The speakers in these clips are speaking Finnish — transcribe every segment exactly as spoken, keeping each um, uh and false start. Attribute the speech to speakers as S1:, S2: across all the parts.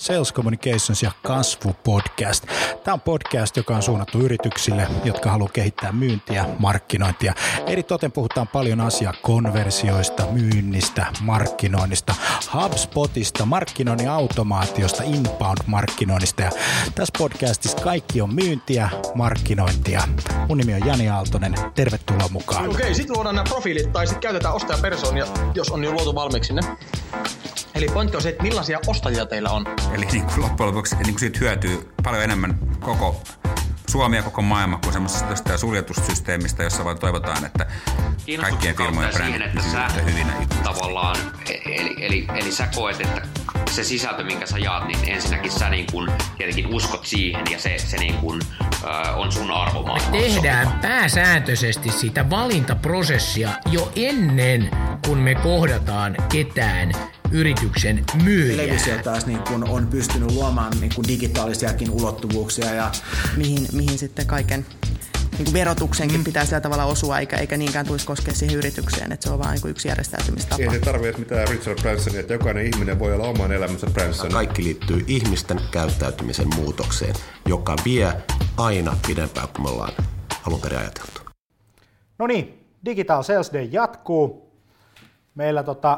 S1: Sales Communications ja kasvupodcast. Tämä on podcast, joka on suunnattu yrityksille, jotka haluaa kehittää myyntiä, markkinointia. Eritoten puhutaan paljon asiaa konversioista, myynnistä, markkinoinnista, HubSpotista, markkinoinnin automaatiosta, inbound-markkinoinnista. Ja tässä podcastissa kaikki on myyntiä, markkinointia. Mun nimi on Jani Aaltonen. Tervetuloa mukaan.
S2: Okei, sitten luodaan nämä profiilit tai sitten käytetään ostajapersoonia, jos on jo luotu valmiiksi ne. Eli pointti on se, että millaisia ostajia teillä on. Eli
S3: niin kuin loppujen lopuksi niin kuin siitä hyötyy paljon enemmän koko Suomi ja koko maailma kuin semmoisesta suljetussysteemistä, jossa vaan toivotaan, että kaikkien firmojen brändit pysyvät hyvinä.
S4: Tavallaan, eli, eli, eli sä koet, että se sisältö, minkä sä jaat, niin ensinnäkin sä niin kun tietenkin uskot siihen ja se, se niin kun, äh, on sun arvomaailma.
S5: Me tehdään pääsääntöisesti sitä valintaprosessia jo ennen kuin me kohdataan ketään yrityksen myyjää.
S6: Televisio taas niin kun on pystynyt luomaan niin kun digitaalisiakin ulottuvuuksia. Ja
S7: mihin, mihin sitten kaiken niin verotuksenkin mm. pitää sillä tavalla osua, eikä, eikä niinkään tulisi koskea siihen yritykseen, että se on vain niin yksi järjestäytymistapa.
S8: Ei se tarvitse mitään Richard Bransonia, että jokainen ihminen voi olla oman elämänsä Branson.
S9: Kaikki liittyy ihmisten käyttäytymisen muutokseen, joka vie aina pidempään kuin me ollaan alun perin ajateltu.
S1: No niin, Digital Sales Day jatkuu. Meillä tota,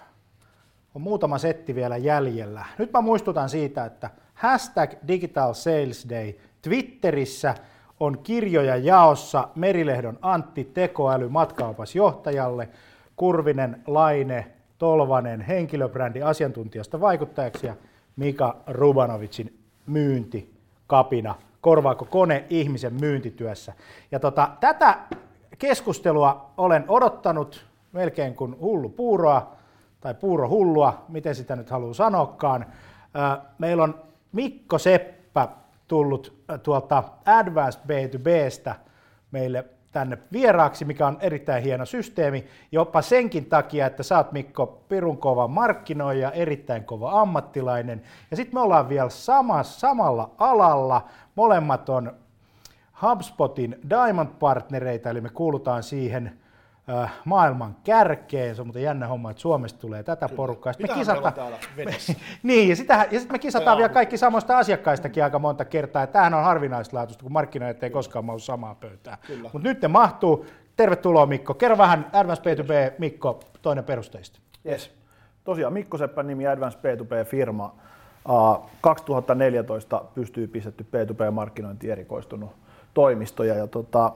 S1: on muutama setti vielä jäljellä. Nyt mä muistutan siitä, että hashtag Digital Sales Day Twitterissä on kirjoja jaossa Merilehdon Antti, tekoäly matkaopasjohtajalle, Kurvinen, Laine, Tolvanen, henkilöbrändi asiantuntijasta vaikuttajaksi ja Mika Rubanovicin myyntikapina. Korvaako kone ihmisen myyntityössä? Ja tota, tätä keskustelua olen odottanut melkein kuin hullu puuroa, tai puurohullua, miten sitä nyt haluaa sanoakaan. Meillä on Mikko Seppä tullut tuolta Advanced B two B:stä meille tänne vieraaksi, mikä on erittäin hieno systeemi, jopa senkin takia, että sä oot, Mikko, pirun kova markkinoija, erittäin kova ammattilainen, ja sitten me ollaan vielä sama, samalla alalla, molemmat on HubSpotin Diamond-partnereita, eli me kuulutaan siihen äh, maailman kärkeen. Se on muuten jännä homma, että Suomesta tulee tätä Kyllä. porukkaa. Sitten me kisataan, niin, ja, sitä, ja sitten me kisataan vielä kaikki samoista asiakkaistakin aika monta kertaa, ja tämähän on harvinaislaatuista, kun markkinoijat ei koskaan mahdu samaa pöytää. Mutta nyt ne mahtuu. Tervetuloa, Mikko. Kerro vähän Advanced B two B, Mikko, toinen perusteista.
S10: Yes. Tosiaan Mikko Seppän nimi, Advanced B two B-firma. Uh, kaksituhattaneljätoista pystyy pistetty B two B-markkinointi erikoistunut toimistoja ja tota,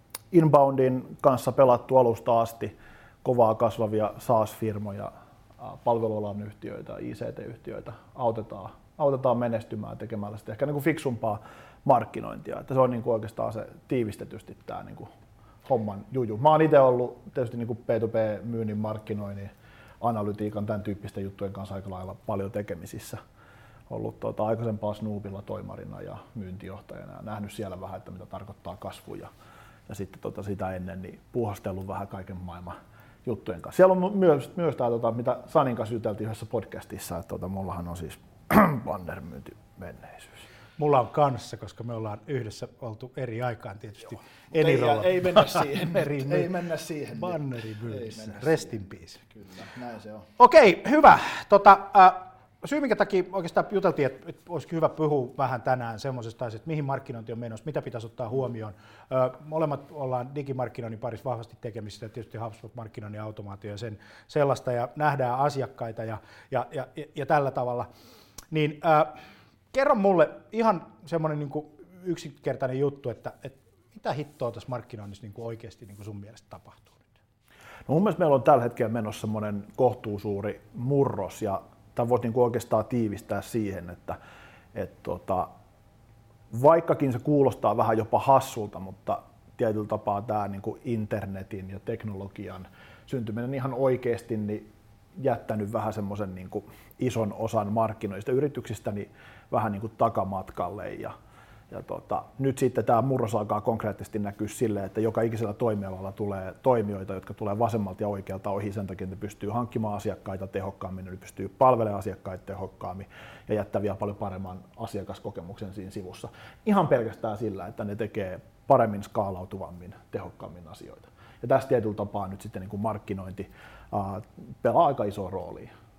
S10: Inboundin kanssa pelattu alusta asti kovaa kasvavia SaaS-firmoja, palvelualan yhtiöitä, I C T-yhtiöitä autetaan, autetaan menestymään tekemällä sitä ehkä niin kuin fiksumpaa markkinointia. Että se on niin kuin oikeastaan se tiivistetysti tämä niin kuin homman juju. Mä oon itse ollut tietysti niin kuin B two B-myynnin, markkinoinnin, analytiikan, tämän tyyppisten juttujen kanssa aika lailla paljon tekemisissä. Ollut tuota, aikaisempaa Snoopilla toimarina ja myyntijohtajana ja nähnyt siellä vähän, että mitä tarkoittaa kasvu ja, ja sitten tota, sitä ennen niin puuhastellut vähän kaiken maailman juttujen kanssa. Siellä on myös, myös tämä, tota, mitä Sanin kanssa juteltiin yhdessä podcastissa, että tota, mullahan on siis bannermyynti menneisyys.
S1: Mulla on kanssa, koska me ollaan yhdessä oltu eri aikaan tietysti.
S10: Ei, ei mennä siihen. ei mennä siihen.
S1: Bannerimyynnissä. Rest in peace.
S10: Kyllä, näin se on.
S1: Okei, hyvä. Tota, äh, Syy, minkä takia oikeastaan juteltiin, että olisi hyvä puhua vähän tänään semmoisesta asiasta, mihin markkinointi on menossa, mitä pitäisi ottaa huomioon. Molemmat ollaan digimarkkinoinnin parissa vahvasti tekemisissä, tietysti HubSpot-markkinoinnin automaatio ja sen sellaista, ja nähdään asiakkaita ja, ja, ja, ja tällä tavalla. Niin äh, kerro mulle ihan semmoinen niin kuin yksinkertainen juttu, että, että mitä hittoa tässä markkinoinnissa niin kuin oikeasti niin kuin sun mielestä tapahtuu nyt?
S10: No mun mielestä meillä on tällä hetkellä menossa semmoinen kohtuusuuri murros, ja tämä voisi niin kuin oikeastaan tiivistää siihen, että, että tota, vaikkakin se kuulostaa vähän jopa hassulta, mutta tietyllä tapaa tämä niin kuin internetin ja teknologian syntyminen ihan oikeasti niin jättänyt vähän semmoisen niin kuin ison osan markkinoista yrityksistä niin vähän niin kuin takamatkalle. Ja, ja tota, nyt sitten tämä murros alkaa konkreettisesti näkyä silleen, että joka ikisellä toimialalla tulee toimijoita, jotka tulee vasemmalta ja oikealta ohi sen takia, että ne pystyy hankkimaan asiakkaita tehokkaammin, ne pystyy palvelemaan asiakkaita tehokkaammin ja jättää vielä paljon paremman asiakaskokemuksen siinä sivussa. Ihan pelkästään sillä, että ne tekee paremmin, skaalautuvammin, tehokkaammin asioita. Ja tässä tietyllä tapaa nyt sitten niin kuin markkinointi uh, pelaa aika isoa roolia.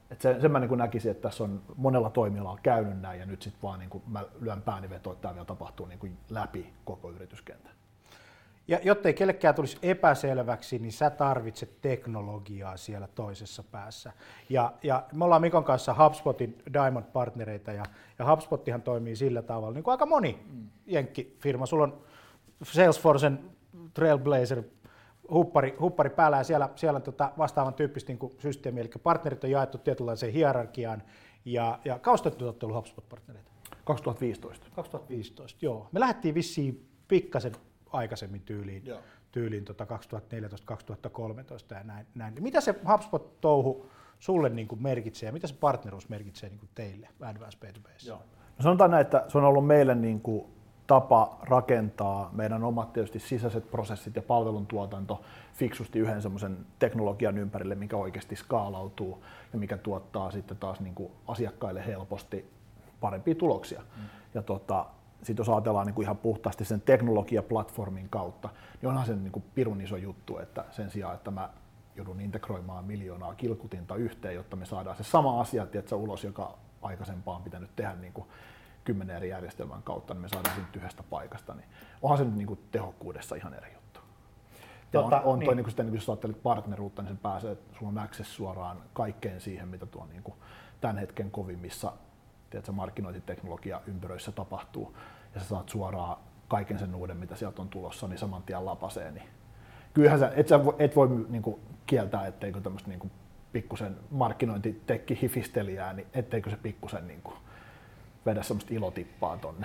S10: Et sen, sen mä niin kuin näkisin, että tässä on monella toimialalla käynyt näin ja nyt sitten vaan niin kuin mä lyön pääni vetoon, että tämä vielä tapahtuu niin kuin läpi koko yrityskentän.
S1: Ja jottei kellekään tulisi epäselväksi, niin sä tarvitset teknologiaa siellä toisessa päässä. Ja, ja me ollaan Mikon kanssa HubSpotin Diamond-partnereita ja, ja HubSpottihan toimii sillä tavalla, niin kuin aika moni mm. jenkkifirma. Sulla on Salesforcen Trailblazer huppari, huppari päällä ja siellä, siellä tota vastaavan tyyppistä niin systeemiä, eli partnerit on jaettu tietynlaiseen hierarkiaan. Ja, ja kausta te olette ollut HubSpot-partnereita?
S10: kaksituhattaviisitoista.
S1: kaksituhattaviisitoista, joo. Me lähdettiin vissiin pikkasen aikaisemmin tyyliin, tyyliin tota kaksituhattaneljätoista kaksituhattakolmetoista ja näin, näin. Mitä se HubSpot-touhu sulle niin kuin merkitsee ja mitä se partneruus merkitsee niin kuin teille Advanced B two B:ssä?
S10: No sanotaan näin, että se on ollut meille niin kuin tapa rakentaa meidän omat tietysti sisäiset prosessit ja palveluntuotanto fiksusti yhden semmoisen teknologian ympärille, mikä oikeasti skaalautuu ja mikä tuottaa sitten taas niin kuin asiakkaille helposti parempia tuloksia. Mm. Ja tota, sitten jos ajatellaan niin kuin ihan puhtaasti sen teknologiaplatformin kautta, niin onhan se niin kuin pirun iso juttu, että sen sijaan, että mä joudun integroimaan miljoonaa kilkutinta yhteen, jotta me saadaan se sama asia tiedätkö, ulos, joka aikaisempaan on pitänyt tehdä niin kuin kymmenen eri järjestelmän kautta, niin me saadaan sen yhdestä paikasta, niin onhan se nyt niin kuin tehokkuudessa ihan eri juttu. Ja tota, on, on niin. toi, niin kuin sitten, niin jos ajattelet partneruutta, niin se pääsee, että sulla on access suoraan kaikkeen siihen, mitä tuo niin kuin tämän hetken kovimmissa tiedätkö, markkinointiteknologia ympyröissä tapahtuu, ja sä saat suoraan kaiken sen uuden, mitä sieltä on tulossa, niin saman tien lapasee. Niin kyllähän sä, et, sä voi, et voi niin kuin kieltää, etteikö tämmöistä niin kuin pikkusen markkinointitekki-hifistelijää, niin etteikö se pikkusen niin kuin vedä semmoista ilotippaa tonne.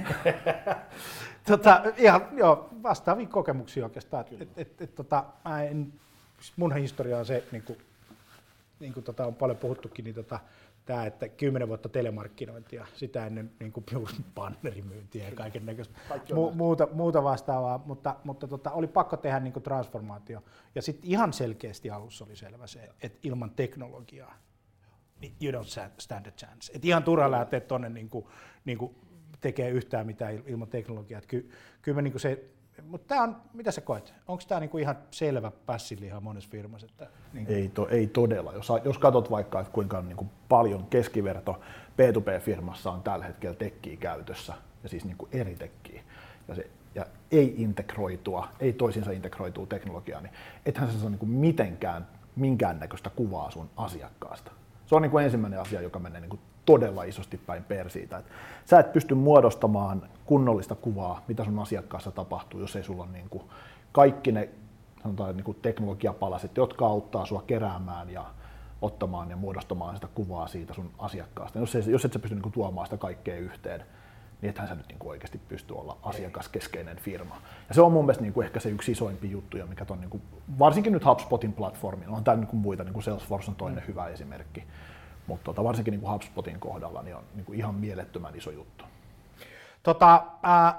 S1: tota, ihan, joo, vastaavia kokemuksia oikeastaan. Et, et, et, tota, mä en, mun historia on se, niin kuin, niin kuin tota, on paljon puhuttukin, niin tota, tämä, että kymmenen vuotta telemarkkinointia, sitä ennen niin kuin bannerimyyntiä ja kaiken näköistä Mu- muuta, muuta vastaavaa, mutta, mutta tota, oli pakko tehdä niin kuin transformaatio. Ja sitten ihan selkeästi alussa oli selvä se, että ilman teknologiaa you don't stand a chance. Et ihan turha lähteä tuonne niin kuin, niin kuin tekee yhtään mitään ilman teknologiaa. Ky, kyllä niin kuin se, mutta tämä on, mitä sä koet? Onko tämä niin kuin ihan selvä pässiliha monessa firmassa? Että, niin kuin...
S10: ei, to, ei todella. Jos, jos katsot vaikka, että kuinka niin kuin paljon keskiverto B two B-firmassa on tällä hetkellä tekkiä käytössä, ja siis niin kuin eri tekkiä, ja, se, ja ei integroitua, ei toisinsa integroitua teknologiaa, niin ethän se saa niin kuin mitenkään minkäännäköistä kuvaa sun asiakkaasta. Se on niin kuin ensimmäinen asia, joka menee niin kuin todella isosti päin persiitä. Et sä et pysty muodostamaan kunnollista kuvaa, mitä sun asiakkaassa tapahtuu, jos ei sulla ole niin kuin kaikki ne sanotaan, niin kuin teknologiapalaset, jotka auttaa sua keräämään ja ottamaan ja muodostamaan sitä kuvaa siitä sun asiakkaasta. Jos, ei, jos et sä pysty niin kuin tuomaan sitä kaikkea yhteen, niin ethän sä nyt niin kuin oikeasti pysty olla asiakaskeskeinen firma. Ja se on mun mielestä niin kuin ehkä se yksi isoimpi juttu, mikä on niin kuin, varsinkin nyt HubSpotin platformilla, on täällä niin kuin muita, niin kuin Salesforce on toinen mm. hyvä esimerkki, mutta tota, varsinkin niin kuin HubSpotin kohdalla niin on niin kuin ihan mielettömän iso juttu.
S1: Tota, äh,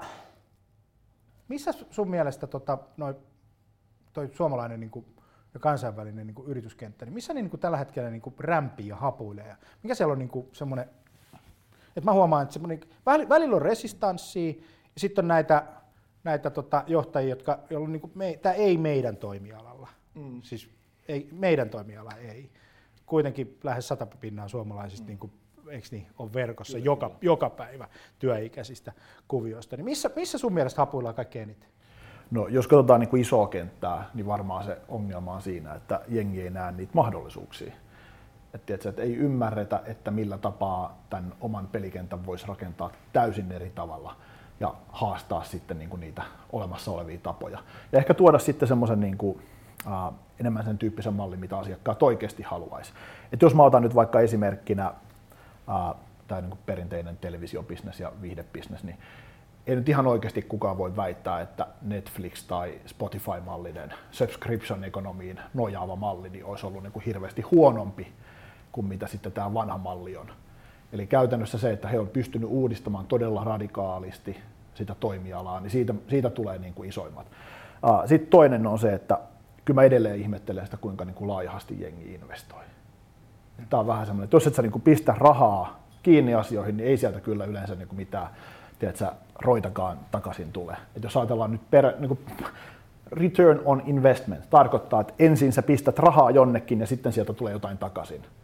S1: missä sun mielestä tota, noi, toi suomalainen niin kuin, ja kansainvälinen niin kuin yrityskenttä, niin missä niin, niin kuin tällä hetkellä niin kuin rämpii ja hapuilee? Ja mikä siellä on niin kuin semmoinen, että mä huomaan, että välillä on resistanssia ja sitten on näitä, näitä tota, johtajia, jotka, joilla niin kuin me, tämä ei meidän toimialalla, mm. siis ei, meidän toimiala ei. Kuitenkin lähes sata pinnaa suomalaisista mm. niin kuin, eikö niin, on verkossa Kyllä, joka, joka päivä työikäisistä kuvioista. Niin missä, missä sun mielestä hapuillaan kaikkein eniten?
S10: No, jos katsotaan niin kuin isoa kenttää, niin varmaan se ongelma on siinä, että jengi ei näe niitä mahdollisuuksia. Että, tiedätkö, että ei ymmärretä, että millä tapaa tämän oman pelikentän voisi rakentaa täysin eri tavalla ja haastaa sitten niin kuin niitä olemassa olevia tapoja. Ja ehkä tuoda sitten semmoisen niin kuin, uh, enemmän sen tyyppisen mallin, mitä asiakkaat oikeasti haluaisi. Että jos mä otan nyt vaikka esimerkkinä uh, tämä niin kuin perinteinen televisiobisnes ja viihdebisnes, niin ei nyt ihan oikeasti kukaan voi väittää, että Netflix tai Spotify-mallinen subscription-ekonomiin nojaava malli niin olisi ollut niin kuin hirveästi huonompi kuin mitä sitten tämä vanha malli on. Eli käytännössä se, että he on pystynyt uudistamaan todella radikaalisti sitä toimialaa, niin siitä, siitä tulee niin kuin isoimmat. Sitten toinen on se, että kyllä mä edelleen ihmettelen sitä, kuinka niin kuin laajasti jengi investoi. Tämä on vähän semmoinen, että jos et sä niin kuin pistä rahaa kiinni asioihin, niin ei sieltä kyllä yleensä niin kuin mitään tiedätkö, roitakaan takaisin tulee. Et jos ajatellaan nyt per, niin kuin return on investment, tarkoittaa, että ensin sä pistät rahaa jonnekin ja sitten sieltä tulee jotain takaisin.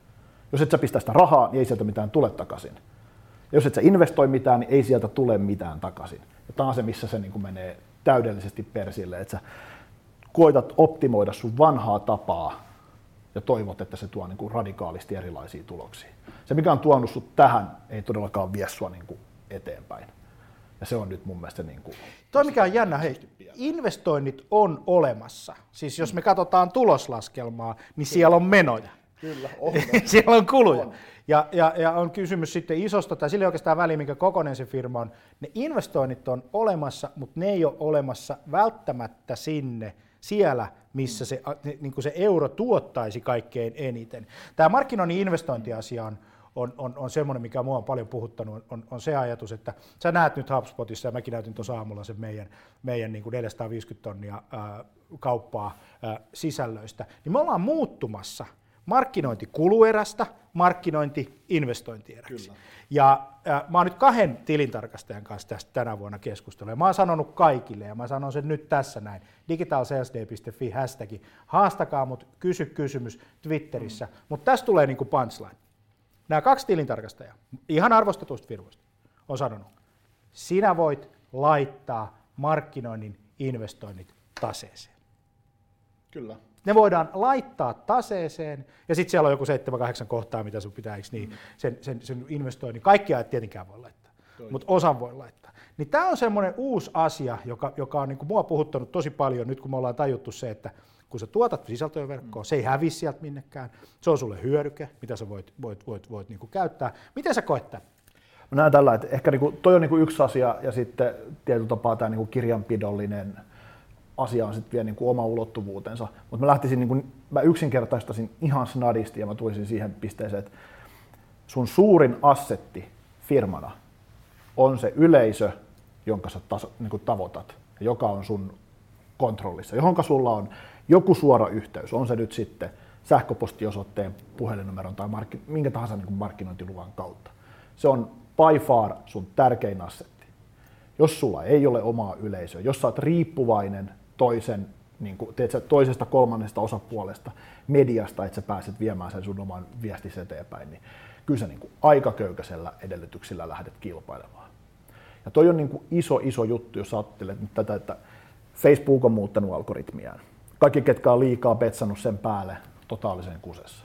S10: Jos et sä pistä sitä rahaa, niin ei sieltä mitään tule takaisin. Ja jos et sä investoi mitään, niin ei sieltä tule mitään takaisin. Ja tämä on se, missä se niin kuin menee täydellisesti persille, että sä koitat optimoida sun vanhaa tapaa ja toivot, että se tuo niin kuin radikaalisti erilaisia tuloksia. Se, mikä on tuonut sut tähän, ei todellakaan vie sua niin kuin eteenpäin. Ja se on nyt mun mielestä niin kuin...
S1: Toi mikä on jännä, hei, investoinnit on olemassa. Siis jos me katsotaan tuloslaskelmaa, niin siellä on menoja.
S10: Kyllä, on.
S1: Siellä on kuluja.
S10: On.
S1: Ja, ja, ja on kysymys sitten isosta, tai sillä ei oikeastaan väliä, minkä kokoinen se firma on. Ne investoinnit on olemassa, mutta ne ei ole olemassa välttämättä sinne, siellä, missä se, niin kuin se euro tuottaisi kaikkein eniten. Tämä markkinoinnin investointiasia on, on, on, on semmoinen, mikä minua on paljon puhuttanut, on, on se ajatus, että sä näet nyt HubSpotissa, ja mäkin näytin tuossa aamulla sen meidän, meidän niin kuin neljäsataaviisikymmentä tonnia ää, kauppaa ää, sisällöistä, niin me ollaan muuttumassa markkinointikuluerästä markkinointi-investointieräksi. Ja äh, mä oon nyt kahden tilintarkastajan kanssa tästä tänä vuonna keskustellut, ja mä oon sanonut kaikille, ja mä sanon sen nyt tässä näin, digital sales day piste fi hashtagi, haastakaa mut, kysy kysymys Twitterissä, mm. mutta tässä tulee niinku punchline. Nämä kaksi tilintarkastajaa, ihan arvostetuista firmoista, on sanonut, sinä voit laittaa markkinoinnin investoinnit taseeseen.
S10: Kyllä.
S1: Ne voidaan laittaa taseeseen, ja sitten siellä on joku seitsemän kahdeksan kohtaa, mitä sun pitää, niin, mm. sen, sen, sen investoinnin. Kaikkia et tietenkään voi laittaa, mutta osan voi laittaa. Niin tämä on semmoinen uusi asia, joka, joka on niin kuin mua puhuttanut tosi paljon nyt, kun me ollaan tajuttu se, että kun sä tuotat sisältöä verkkoon, mm. se ei hävisi sieltä minnekään, se on sulle hyödyke, mitä sä voit, voit, voit, voit niin kuin käyttää. Miten sä koet tämän?
S10: Mä näen tällä, että ehkä niin kuin, toi on niin kuin yksi asia, ja sitten tietyllä tapaa tämä niin kuin kirjanpidollinen asia on sitten vielä niin kuin oma ulottuvuutensa, mutta mä lähtisin, niin kuin, mä yksinkertaistasin ihan snadisti ja mä tulisin siihen pisteeseen, että sun suurin assetti firmana on se yleisö, jonka sä tas, niin kuin tavoitat ja joka on sun kontrollissa, johonka sulla on joku suora yhteys, on se nyt sitten sähköpostiosoitteen, puhelinnumeron tai mark- minkä tahansa niin kuin markkinointiluvan kautta. Se on by far sun tärkein assetti. Jos sulla ei ole omaa yleisöä, jos sä oot riippuvainen toisen, niin kuin, teet toisesta kolmannesta osapuolesta mediasta, että sä pääset viemään sen sun oman viestisi eteenpäin, niin kyllä sä niin kuin aika köykäisellä edellytyksillä lähdet kilpailemaan. Ja toi on niin kuin iso, iso juttu, jos ajattelet nyt tätä, että Facebook on muuttanut algoritmiaan. Kaikki, ketkä on liikaa petsannut sen päälle, totaaliseen kusessa.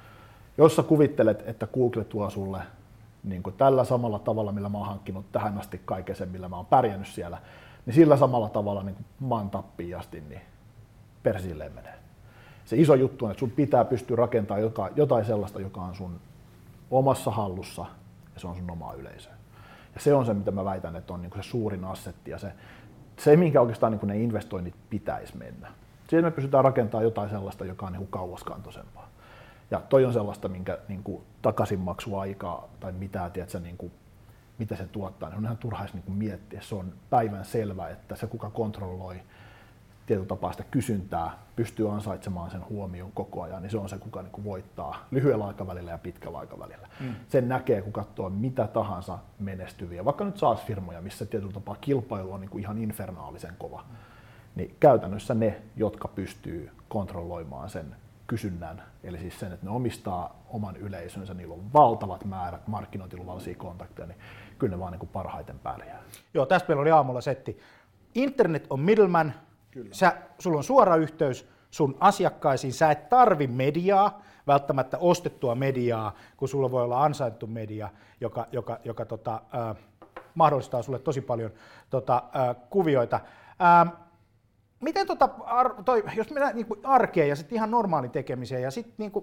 S10: Jos sä kuvittelet, että Google tuo sulle niin kuin tällä samalla tavalla, millä mä oon hankkinut tähän asti kaiken sen, millä mä oon pärjännyt siellä, niin sillä samalla tavalla niin kuin maan tappiin asti, niin persilleen menee. Se iso juttu on, että sun pitää pystyä rakentamaan jotain sellaista, joka on sun omassa hallussa, ja se on sun oma yleisö. Ja se on se, mitä mä väitän, että on niin kuin se suurin assetti, ja se, se minkä oikeastaan niin kuin ne investoinnit pitäisi mennä. Siinä me pystytään rakentamaan jotain sellaista, joka on niin kuin kauaskantoisempaa. Ja toi on sellaista, minkä niin kuin takaisinmaksuaikaa tai mitä, tiedätkö, niin kuin, mitä se tuottaa, niin on ihan turhaisi niin kuin miettiä. Se on päivän selvä, että se, kuka kontrolloi tietyllä tapaa sitä kysyntää, pystyy ansaitsemaan sen huomion koko ajan, niin se on se, kuka niin kuin voittaa lyhyellä aikavälillä ja pitkällä aikavälillä. Mm. Sen näkee, kun katsoo mitä tahansa menestyviä, vaikka nyt SaaS-firmoja, missä tietyllä tapaa kilpailu on niin kuin ihan infernaalisen kova, mm. niin käytännössä ne, jotka pystyy kontrolloimaan sen kysynnän, eli siis sen, että ne omistaa oman yleisönsä, niillä on valtavat määrät markkinointiluvallisia kontakteja, niin kyllä ne vaan niin kuin parhaiten pärjää.
S1: Joo, tässä meillä oli aamulla setti. Internet on middleman, sä, sulla on suora yhteys sun asiakkaisiin, sä et tarvi mediaa, välttämättä ostettua mediaa, kun sulla voi olla ansaittu media, joka, joka, joka tota, äh, mahdollistaa sulle tosi paljon tota, äh, kuvioita. Äh, Miten tota, ar, toi, jos mennään niin kuin arkeen ja sitten ihan normaaliin tekemiseen, ja sitten niin kuin,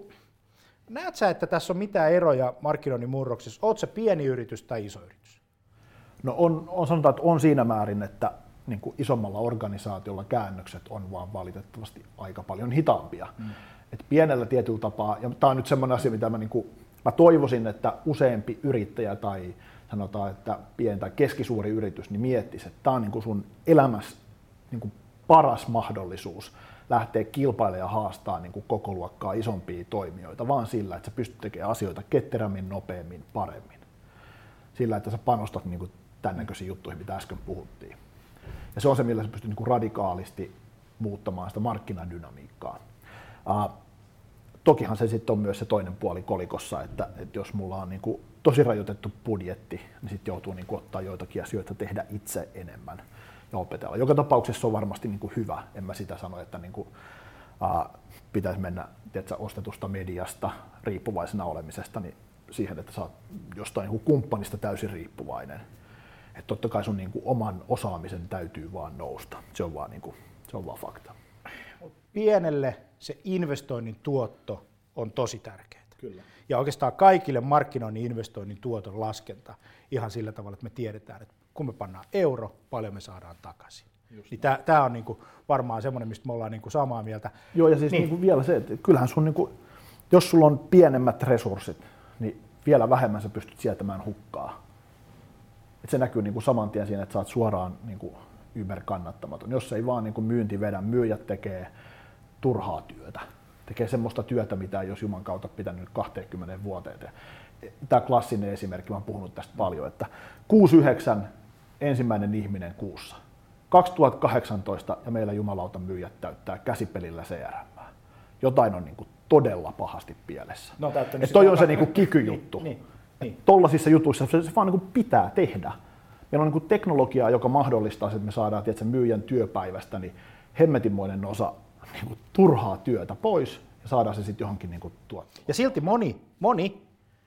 S1: näet sä, että tässä on mitään eroja markkinoinnin murroksessa? Oot sä pieni yritys tai iso yritys?
S10: No on, on sanotaan, että on siinä määrin, että niin kuin isommalla organisaatiolla käännökset on vaan valitettavasti aika paljon hitaampia. Mm. Et pienellä tietyllä tapaa, ja tämä on nyt semmoinen asia, mitä mä, niin kuin, mä toivoisin, että useampi yrittäjä tai sanotaan, että pieni tai keskisuuri yritys niin miettisi, että tämä on niin kuin sun elämässä niin kuin paras mahdollisuus lähteä kilpailemaan ja haastaa niin kuin koko luokkaa isompia toimijoita, vaan sillä, että sä pystyt tekemään asioita ketterämmin, nopeammin, paremmin. Sillä, että sä panostat niin kuin tämän näköisiin juttuihin, mitä äsken puhuttiin. Ja se on se, millä sä pystyt niin kuin radikaalisti muuttamaan sitä markkinadynamiikkaa. Uh, tokihan se sitten on myös se toinen puoli kolikossa, että, että jos mulla on niin kuin tosi rajoitettu budjetti, niin sitten joutuu niin kuin ottaa joitakin asioita tehdä itse enemmän ja opetella. Joka tapauksessa on varmasti niin kuin hyvä, en mä sitä sano, että niin kuin, uh, pitäisi mennä tiedätkö, ostetusta mediasta riippuvaisena olemisesta niin siihen, että sä oot jostain niin kuin kumppanista täysin riippuvainen. Että totta kai sun niin kuin oman osaamisen täytyy vaan nousta, se on vaan, niin kuin, se on vaan fakta.
S1: Pienelle se investoinnin tuotto on tosi tärkeää.
S10: Kyllä.
S1: Ja oikeastaan kaikille markkinoinnin investoinnin tuoton laskenta ihan sillä tavalla, että me tiedetään, että kun me pannaan euro, paljon me saadaan takaisin. Niin tämä on niinku varmaan semmoinen, mistä me ollaan niinku samaa mieltä.
S10: Joo, ja siis niin. Niinku vielä se, että kyllähän sun, niinku, jos sulla on pienemmät resurssit, niin vielä vähemmän sä pystyt sietämään hukkaa. Et se näkyy niinku saman tien siinä, että sä oot suoraan niinku yberkannattamaton. Jos ei vaan niinku myynti vedä, myyjät tekee turhaa työtä. Tekee semmoista työtä, mitä ei olisi Juman kautta pitänyt kaksikymmentä vuoteen. Tämä klassinen esimerkki, mä oon puhunut tästä paljon, että kuusi yhdeksän ensimmäinen ihminen kuussa. kaksituhattakahdeksantoista ja meillä jumalauta myyjät täyttää käsipelillä C R M. Jotain on niinku todella pahasti pielessä. No, et toi on se niinku kiky-juttu. niin, niin, niin. Tollasissa jutuissa se, se vaan niinku pitää tehdä. Meillä on niinku teknologiaa, joka mahdollistaa, että me saadaan tiedätkö, myyjän työpäivästä niin hemmetinmoinen osa niinku turhaa työtä pois ja saadaan se sitten johonkin niinku tuottoon.
S1: Ja silti moni, moni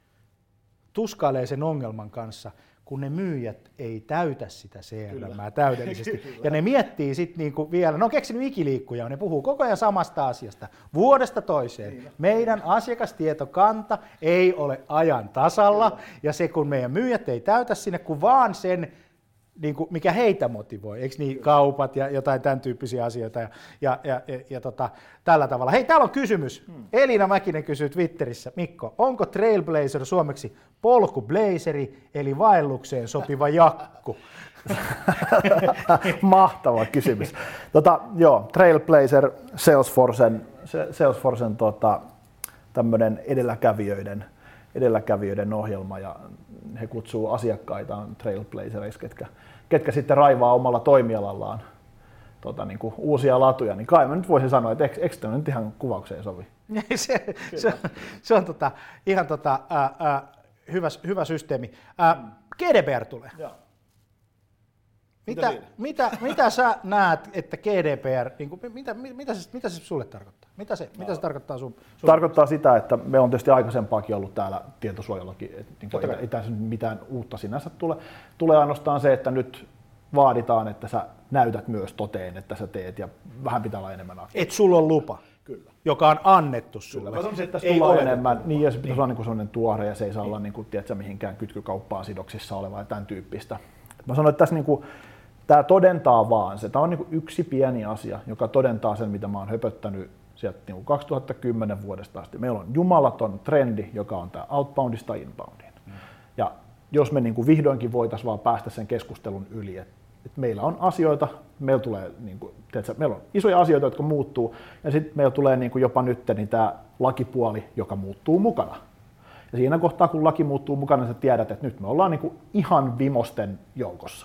S1: tuskailee sen ongelman kanssa, kun ne myyjät ei täytä sitä C R M:ää täydellisesti. Kyllä. Ja ne miettii sitten niinku vielä, no keksinyt ikiliikkuja, ne puhuu koko ajan samasta asiasta, vuodesta toiseen. Niin. Meidän asiakastietokanta ei ole ajan tasalla, Kyllä. ja se kun meidän myyjät ei täytä sinne, kun vaan sen, niinku, mikä heitä motivoi, eikö niin, Kyllä. kaupat ja jotain tämän tyyppisiä asioita ja, ja, ja, ja, ja tota, tällä tavalla. Hei, täällä on kysymys. Hmm. Elina Mäkinen kysyy Twitterissä, Mikko, onko Trailblazer suomeksi polkublazeri eli vaellukseen sopiva jakku?
S10: Mahtava kysymys. Tota, joo, Trailblazer, Salesforcen, Salesforcen tota, tämmöinen edelläkävijöiden, edelläkävijöiden ohjelma ja he kutsuu asiakkaitaan Trailblazereiksi, ketkä, ketkä sitten raivaa omalla toimialallaan tota, niin kuin uusia latuja, niin kai mä nyt voisin sanoa, että eikö tämä nyt ihan kuvaukseen sovi?
S1: se, se, se on tota, ihan tota, ää, ää, hyvä, hyvä systeemi. Ää, G D P R tulee. Joo. Mitä, mitä, mitä, mitä sä näet, että G D P R, niin kuin, mitä, mitä, se, mitä se sulle tarkoittaa? Mitä se, no. mitä se tarkoittaa sun, sun?
S10: Tarkoittaa sitä, että me on tietysti aikaisempaakin ollut täällä tietosuojallakin, että niin ei, ei tässä mitään uutta sinänsä tule. Tulee ainoastaan se, että nyt vaaditaan, että sä näytät myös toteen, että sä teet ja vähän pitää olla enemmän aktiivista.
S1: Et sulla on lupa,
S10: Kyllä.
S1: joka on annettu sulle.
S10: Kyllä, mä sanoisin, että tässä tulee enemmän, niin ja se pitäisi niin. olla niin sellainen tuore ja se ei saa niin. olla niin kuin, tiedätkö, mihinkään kytkykauppaan sidoksissa oleva ja tämän tyyppistä. Mä sanoin, että tässä niin kuin, tämä todentaa vaan se. Tämä on niin kuin yksi pieni asia, joka todentaa sen, mitä mä oon höpöttänyt sieltä niin kuin kaksituhattakymmenen vuodesta asti. Meillä on jumalaton trendi, joka on tämä outboundista inboundiin. Mm. Ja jos me niin kuin vihdoinkin voitaisiin vaan päästä sen keskustelun yli, että, että meillä on asioita, meillä, tulee, niin kuin, tiedätkö, meillä on isoja asioita, jotka muuttuu, ja sitten meillä tulee niin kuin jopa nyt niin tämä lakipuoli, joka muuttuu mukana. Ja siinä kohtaa, kun laki muuttuu mukana, sä tiedät, että nyt me ollaan niin kuin ihan vimosten joukossa.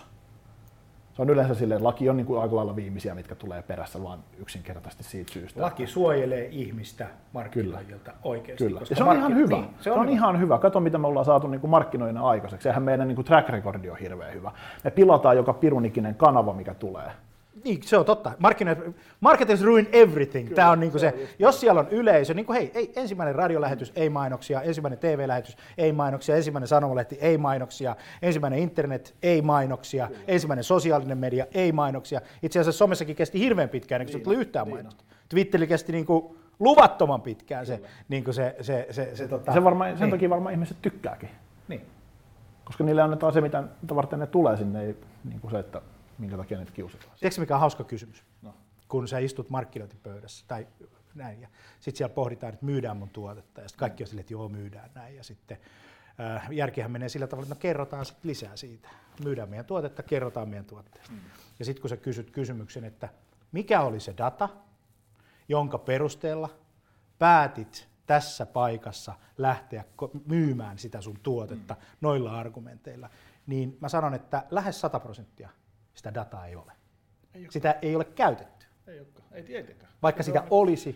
S10: Se on yleensä silleen, että laki on niin kuin aika lailla viimeisiä, mitkä tulee perässä vaan yksinkertaisesti siitä syystä.
S1: Laki suojelee ihmistä markkinoijilta oikeasti.
S10: Kyllä. Ja se on markki... ihan hyvä. Niin, se on, se on ihan hyvä. Kato, mitä me ollaan saatu niin kuin markkinoina aikaiseksi. Sehän meidän niin kuin track recordi on hirveän hyvä. Me pilataan joka pirunikinen kanava, mikä tulee.
S1: Niin, se on totta. Marketers ruin everything. Kyllä, Tämä on niinku se, se jos siellä on yleisö, niin kuin hei, ei, ensimmäinen radiolähetys ei mainoksia, ensimmäinen T V-lähetys ei mainoksia, ensimmäinen sanomalehti ei mainoksia, ensimmäinen internet ei mainoksia, Kyllä. ensimmäinen sosiaalinen media ei mainoksia. Itse asiassa somessakin kesti hirveän pitkään, niin kuin se tuli yhtään mainosta. Twitteri kesti niinku luvattoman pitkään se, niinku se, se, se, se, se, tota,
S10: se varmaan, sen takia varmaan ihmiset tykkääkin.
S1: Niin.
S10: Koska niille annetaan se, mitä varten ne tulee sinne, ei niin kuin se, että minkä takia niitä kiusataan.
S1: Tiedätkö mikä on hauska kysymys? No. Kun sä istut markkinointipöydässä tai näin ja sitten siellä pohditaan, että myydään mun tuotetta ja sitten kaikki on silleen, että joo myydään näin ja sitten äh, järkihän menee sillä tavalla, että me kerrotaan sit lisää siitä. Myydään meidän tuotetta, kerrotaan meidän tuotteesta. Mm. Ja sitten kun sä kysyt kysymyksen, että mikä oli se data, jonka perusteella päätit tässä paikassa lähteä myymään sitä sun tuotetta mm. noilla argumenteilla, niin mä sanon, että lähes sata prosenttia sitä dataa ei ole. Ei sitä ei ole käytetty.
S10: Ei olekaan, ei tietenkään.
S1: Vaikka sitä olisi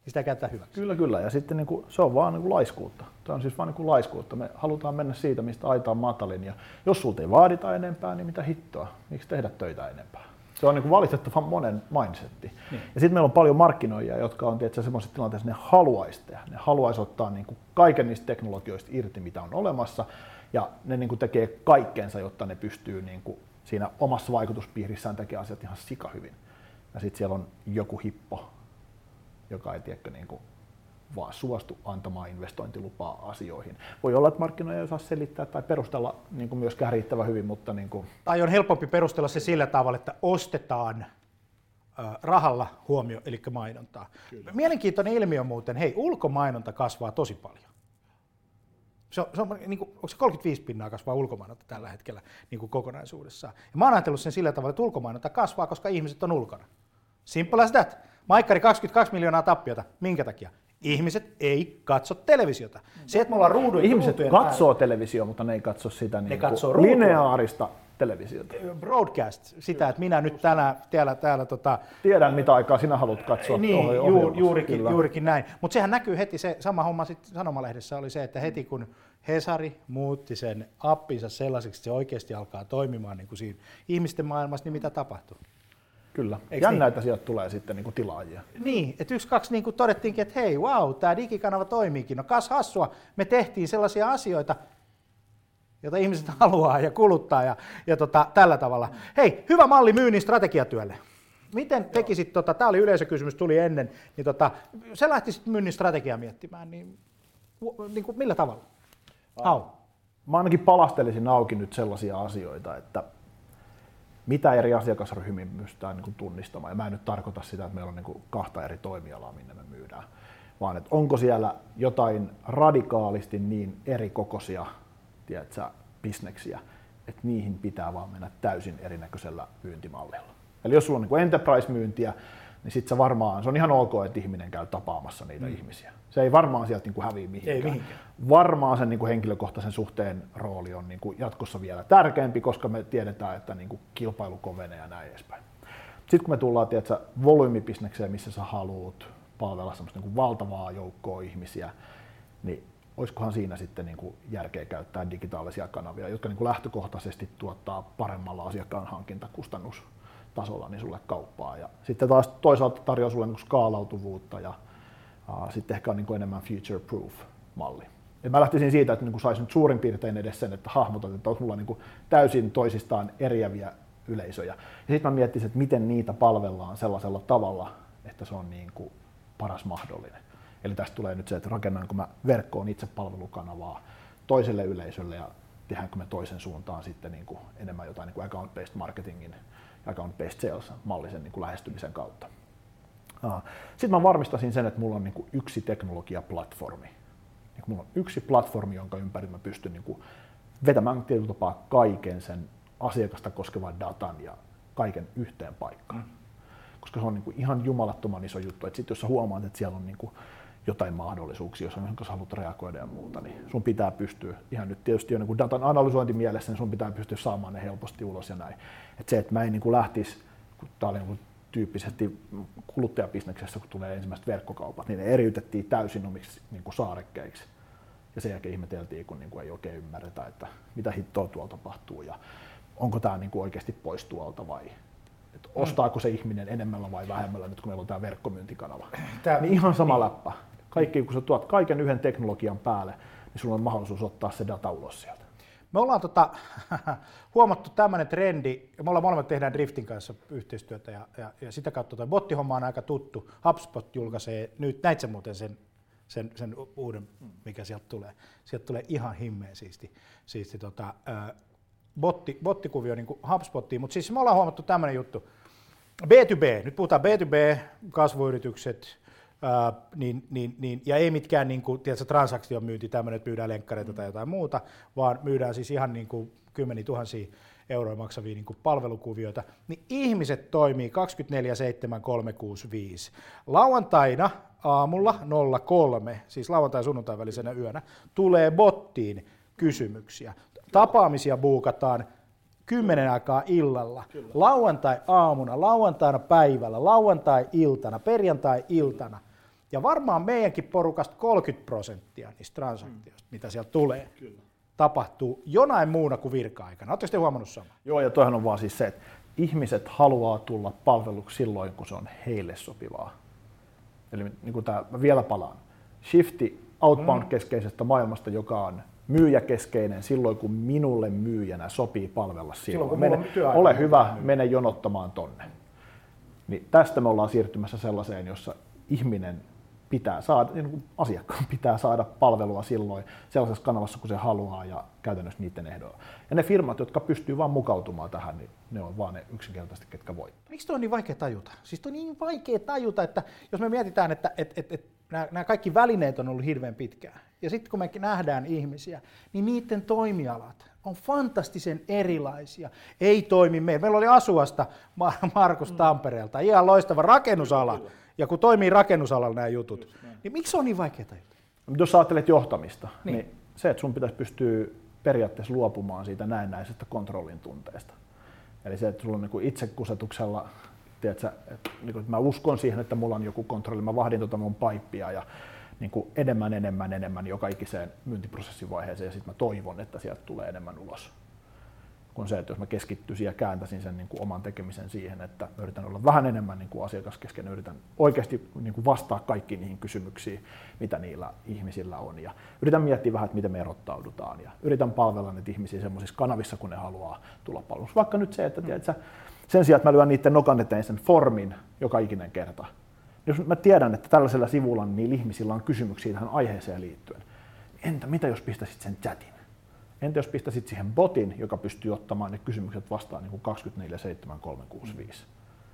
S1: sitä käytetään hyväksi.
S10: Kyllä, kyllä. Ja sitten niin kuin, se on vaan niin kuin laiskuutta. Tämä on siis vaan niin kuin laiskuutta. Me halutaan mennä siitä, mistä aita on matalin. Ja jos sulta ei vaadita enempää, niin mitä hittoa? Miksi tehdä töitä enempää? Se on niin kuin valitettavan monen mindsetti. Niin. Ja sitten meillä on paljon markkinoijia, jotka on semmoisessa tilanteessa, ne haluaisi tehdä. Ne haluaisi ottaa niin kuin kaiken niistä teknologioista irti, mitä on olemassa. Ja ne niin kuin tekee kaikkeensa, jotta ne pystyy niin kuin siinä omassa vaikutuspiirissään tekemään asiat ihan sika hyvin. Ja sitten siellä on joku hippo, joka ei tiedä, niin kuin vaan suostu antamaan investointilupaa asioihin. Voi olla, että markkinoija ei osaa selittää tai perustella niin kuin myöskään riittävän hyvin, mutta... Niin kuin...
S1: Tai on helpompi perustella se sillä tavalla, että ostetaan äh, rahalla huomio, eli mainontaa. Kyllä. Mielenkiintoinen ilmiö muuten, hei, ulkomainonta kasvaa tosi paljon. Se on, se on, niin kuin, onko se kolmekymmentäviisi pinnaa kasvaa ulkomainonta tällä hetkellä niin kuin kokonaisuudessaan. Ja mä oon ajatellut sen sillä tavalla, että ulkomainonta kasvaa, koska ihmiset on ulkona. Simple as that. Maikkari kaksikymmentäkaksi miljoonaa tappiota. Minkä takia? Ihmiset ei katso televisiota. Se, että me ollaan ruudun
S10: Ihmiset katsoo päällä. Televisiota, mutta ne ei katso sitä niin kuin lineaarista televisiota.
S1: Broadcast, sitä, että minä nyt tänään täällä... täällä tota...
S10: Tiedän, mitä aikaa sinä haluat katsoa.
S1: Niin, ju, juurikin, juurikin näin. Mutta sehän näkyy heti, se sama homma sitten Sanomalehdessä oli se, että heti kun Hesari muutti sen appinsa sellaiseksi, että se oikeasti alkaa toimimaan niin kuin siinä ihmisten maailmassa, niin mitä tapahtuu?
S10: Kyllä. Jännä, että sieltä tulee sitten niin kuin tilaajia.
S1: Niin, että yksi, kaksi niin kuin todettiinkin, että hei, wow, tämä digikanava toimiikin. No kas hassua, me tehtiin sellaisia asioita, joita ihmiset haluaa ja kuluttaa ja, ja tota, tällä tavalla. Hei, hyvä malli myynnin strategiatyölle. Miten tekisit, tota, tämä oli yleisökysymys, tuli ennen, niin tota, sä lähtisit myynnin strategiaa miettimään, niin, niin kuin millä tavalla? How?
S10: Mä ainakin palastelisin auki nyt sellaisia asioita, että mitä eri asiakasryhmiä pystytään niin kuin tunnistamaan. Ja mä en nyt tarkoita sitä, että meillä on niin kuin kahta eri toimialaa, minne me myydään, vaan että onko siellä jotain radikaalisti niin eri kokoisia, tiedätkö, bisneksiä, että niihin pitää vaan mennä täysin erinäköisellä myyntimallilla. Eli jos sulla on niin kuin enterprise-myyntiä, niin sit se varmaan, se on ihan ok, että ihminen käy tapaamassa niitä mm. ihmisiä. Se ei varmaan sieltä niin kuin häviä mihinkään. Ei mihinkään. Varmaan sen niin kuin henkilökohtaisen suhteen rooli on niin kuin jatkossa vielä tärkeämpi, koska me tiedetään, että niin kuin kilpailu kovenee ja näin edespäin. Sitten kun me tullaan tiedätkö, volyymibisnekseen, missä sä haluat palvella semmoista niin kuin valtavaa joukkoa ihmisiä, niin olisikohan siinä sitten niin kuin järkeä käyttää digitaalisia kanavia, jotka niin kuin lähtökohtaisesti tuottaa paremmalla asiakkaan hankintakustannustasolla niin sulle kauppaa. Ja sitten taas toisaalta tarjoaa sulle niin kuin skaalautuvuutta ja uh, sitten ehkä on niin kuin enemmän future proof malli. Et mä lähtisin siitä, että niin saisin suurin piirtein edes sen, että hahmotat, että olisi mulla niin kuin täysin toisistaan eriäviä yleisöjä. Ja sitten mä miettisin, että miten niitä palvellaan sellaisella tavalla, että se on niin kuin paras mahdollinen. Eli tästä tulee nyt se, että rakennanko mä verkkoon itse palvelukanavaa toiselle yleisölle ja tehdäänkö me toisen suuntaan sitten niin kuin enemmän jotain niin kuin account-based marketingin ja account-based sales mallisen niin kuin lähestymisen kautta. Sitten mä varmistaisin sen, että mulla on niin kuin yksi teknologiaplatformi. Niin mulla on yksi platformi, jonka ympäri mä pystyn niin kuin vetämään tietyllä tapaa kaiken sen asiakasta koskevan datan ja kaiken yhteen paikkaan. Mm. Koska se on niin kuin ihan jumalattoman iso juttu. Että sit jos sä huomaat, että siellä on niin kuin jotain mahdollisuuksia, jos on haluat reagoida ja muuta, niin sun pitää pystyä, ihan nyt tietysti jo niin kuin datan analysointimielessä, niin sun pitää pystyä saamaan ne helposti ulos ja näin. Että se, että mä en niin kuin lähtisi, kun tää oli niin kuin tyyppisesti kuluttajabisneksessä, kun tulee ensimmäiset verkkokaupat, niin ne eriytettiin täysin omiksi niin kuin saarekkeiksi. Ja sen jälkeen ihmeteltiin, kun niin kuin ei oikein ymmärretä, että mitä hittoa tuolla tapahtuu ja onko tämä niin kuin oikeasti pois tuolta vai että ostaako se ihminen enemmällä vai vähemmällä nyt kun meillä on tämä verkkomyyntikanava. Tämä, niin ihan sama läppä. Kaikki, kun sä tuot kaiken yhden teknologian päälle, niin sulla on mahdollisuus ottaa se data ulos sieltä.
S1: Me ollaan tota, huomattu tämmöinen trendi, ja me ollaan molemmat tehdään Driftin kanssa yhteistyötä, ja, ja, ja sitä kautta tuo bottihomma on aika tuttu. HubSpot julkaisee, nyt näit sä muuten sen, sen, sen uuden, mikä sieltä tulee. Sieltä tulee ihan himmeen siisti, siisti tota, ää, botti, bottikuvio niin kuin HubSpotiin, mutta siis me ollaan huomattu tämmöinen juttu. B to B, nyt puhutaan B to B, kasvuyritykset, ää, niin, niin, niin, ja ei mitkään niin kuin, tiedätkö, transaktion myynti, tämmöinen, että myydään lenkkareita tai jotain muuta, vaan myydään siis ihan niin kuin kymmeniä tuhansia euroja maksavia niin kuin palvelukuvioita, niin ihmiset toimii kaksikymmentäneljä seitsemän kolmesataakuusikymmentäviisi. Lauantaina aamulla nolla kolme, siis lauantai- ja sunnuntain välisenä yönä, tulee bottiin kysymyksiä. Tapaamisia buukataan kymmenen aikaa illalla, Kyllä. lauantai-aamuna, lauantaina päivällä, lauantai-iltana, perjantai-iltana. Ja varmaan meidänkin porukasta kolmekymmentä prosenttia niistä transaktioista, mm. mitä siellä tulee, Kyllä. tapahtuu jonain muuna kuin virka-aikana. Oletteko te huomannut samaa?
S10: Joo, ja toihan on vaan siis se, että ihmiset haluaa tulla palveluksi silloin, kun se on heille sopivaa. Eli niin kuin tämä, mä vielä palaan. Shifti outbound-keskeisestä maailmasta, joka on myyjäkeskeinen silloin, kun minulle myyjänä sopii palvella silloin. silloin mene, ole hyvä, mene jonottamaan tonne. Niin tästä me ollaan siirtymässä sellaiseen, jossa ihminen pitää saada, niin kuin asiakkaan pitää saada palvelua silloin sellaisessa kanavassa, kun se haluaa ja käytännössä niiden ehdoilla. Ja ne firmat, jotka pystyy vaan mukautumaan tähän, niin ne on vaan ne yksinkertaisesti, ketkä voittaa.
S1: Miksi toi on niin vaikea tajuta? Siis toi on niin vaikea tajuta, että jos me mietitään, että et, et, et, nämä, nämä kaikki välineet on ollut hirveän pitkään, ja sitten kun me nähdään ihmisiä, niin niiden toimialat on fantastisen erilaisia. Ei toimi meillä. Meillä oli Asuasta Markus Tampereelta, ihan loistava rakennusala. Ja kun toimii rakennusalalla nämä jutut, niin miksi on niin vaikeaa tajuta?
S10: Jos ajattelet johtamista, niin. niin se, että sun pitäisi pystyä periaatteessa luopumaan siitä näennäisestä kontrollin tunteesta. Eli se, että sulla on niin kuin itsekusetuksella, tiedätkö, että, niin kuin, että mä uskon siihen, että mulla on joku kontrolli, mä vahdin tuota mun paippia ja niin kuin enemmän, enemmän, enemmän joka ikiseen myyntiprosessin vaiheeseen ja sitten mä toivon, että sieltä tulee enemmän ulos. Kun se, että jos mä keskittyisin ja kääntäisin sen niin kuin oman tekemisen siihen, että mä yritän olla vähän enemmän niin kuin asiakaskeskeinen, yritän oikeasti niin kuin vastaa kaikkiin niihin kysymyksiin, mitä niillä ihmisillä on. Ja yritän miettiä vähän, että miten me erottaudutaan ja yritän palvella niitä ihmisiä semmoisissa kanavissa, kun ne haluaa tulla palveluksi. Vaikka nyt se, että mm. tiedätkö, sen sijaan, että mä lyön niiden nokan eteen sen formin joka ikinen kerta. Jos mä tiedän, että tällaisella sivulla niillä ihmisillä on kysymyksiä tähän aiheeseen liittyen, entä mitä jos pistäisit sen chatin? Entä jos pistäisit siihen botin, joka pystyy ottamaan ne kysymykset vastaan niin kuin kaksikymmentäneljä seitsemän kolmesataakuusikymmentäviisi?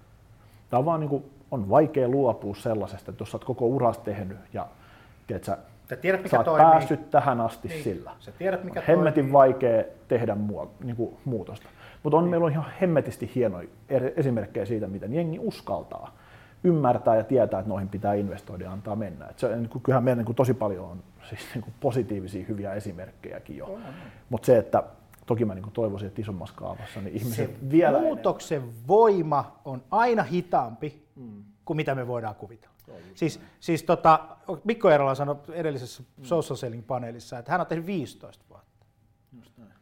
S10: Tämä on vaan niin kuin, on vaikea luopua sellaisesta, että jos sä oot koko uras tehnyt ja tiedät, sä,
S1: tiedät, mikä
S10: sä oot
S1: toimii.
S10: päässyt tähän asti niin. sillä.
S1: Sä tiedät, mikä
S10: on hemmetin toimii. Vaikea tehdä mua, niin kuin muutosta. Mutta on, niin. meillä on ihan hemmetisti hienoja esimerkkejä siitä, miten jengi uskaltaa ymmärtää ja tietää, että noihin pitää investoida ja antaa mennä. Et se, niin kyllähän meillä niin tosi paljon on siis, niin positiivisia hyviä esimerkkejä jo. Mutta se, että toki mä niin toivoisin, että isommassa kaavassa niin ihmiset
S1: se
S10: vielä
S1: muutoksen enemmän. Voima on aina hitaampi mm. kuin mitä me voidaan kuvitella. Siis, siis tota, Mikko Eerola sanoi edellisessä mm. social selling paneelissa, että hän on tehnyt viisitoista vuotta. Just näin.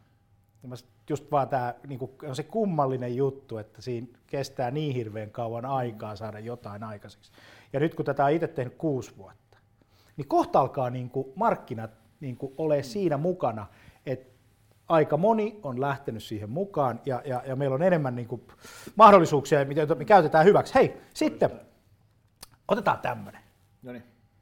S1: Just vaan tämä niin on se kummallinen juttu, että siinä kestää niin hirveän kauan aikaa saada jotain aikaiseksi. Ja nyt kun tätä on itse tehnyt kuusi vuotta, niin kohta alkaa niin kuin markkinat niin kuin ole siinä mukana, että aika moni on lähtenyt siihen mukaan ja, ja, ja meillä on enemmän niin kuin mahdollisuuksia, mitä me käytetään hyväksi. Hei, sitten otetaan tämmöinen.
S10: Noniin.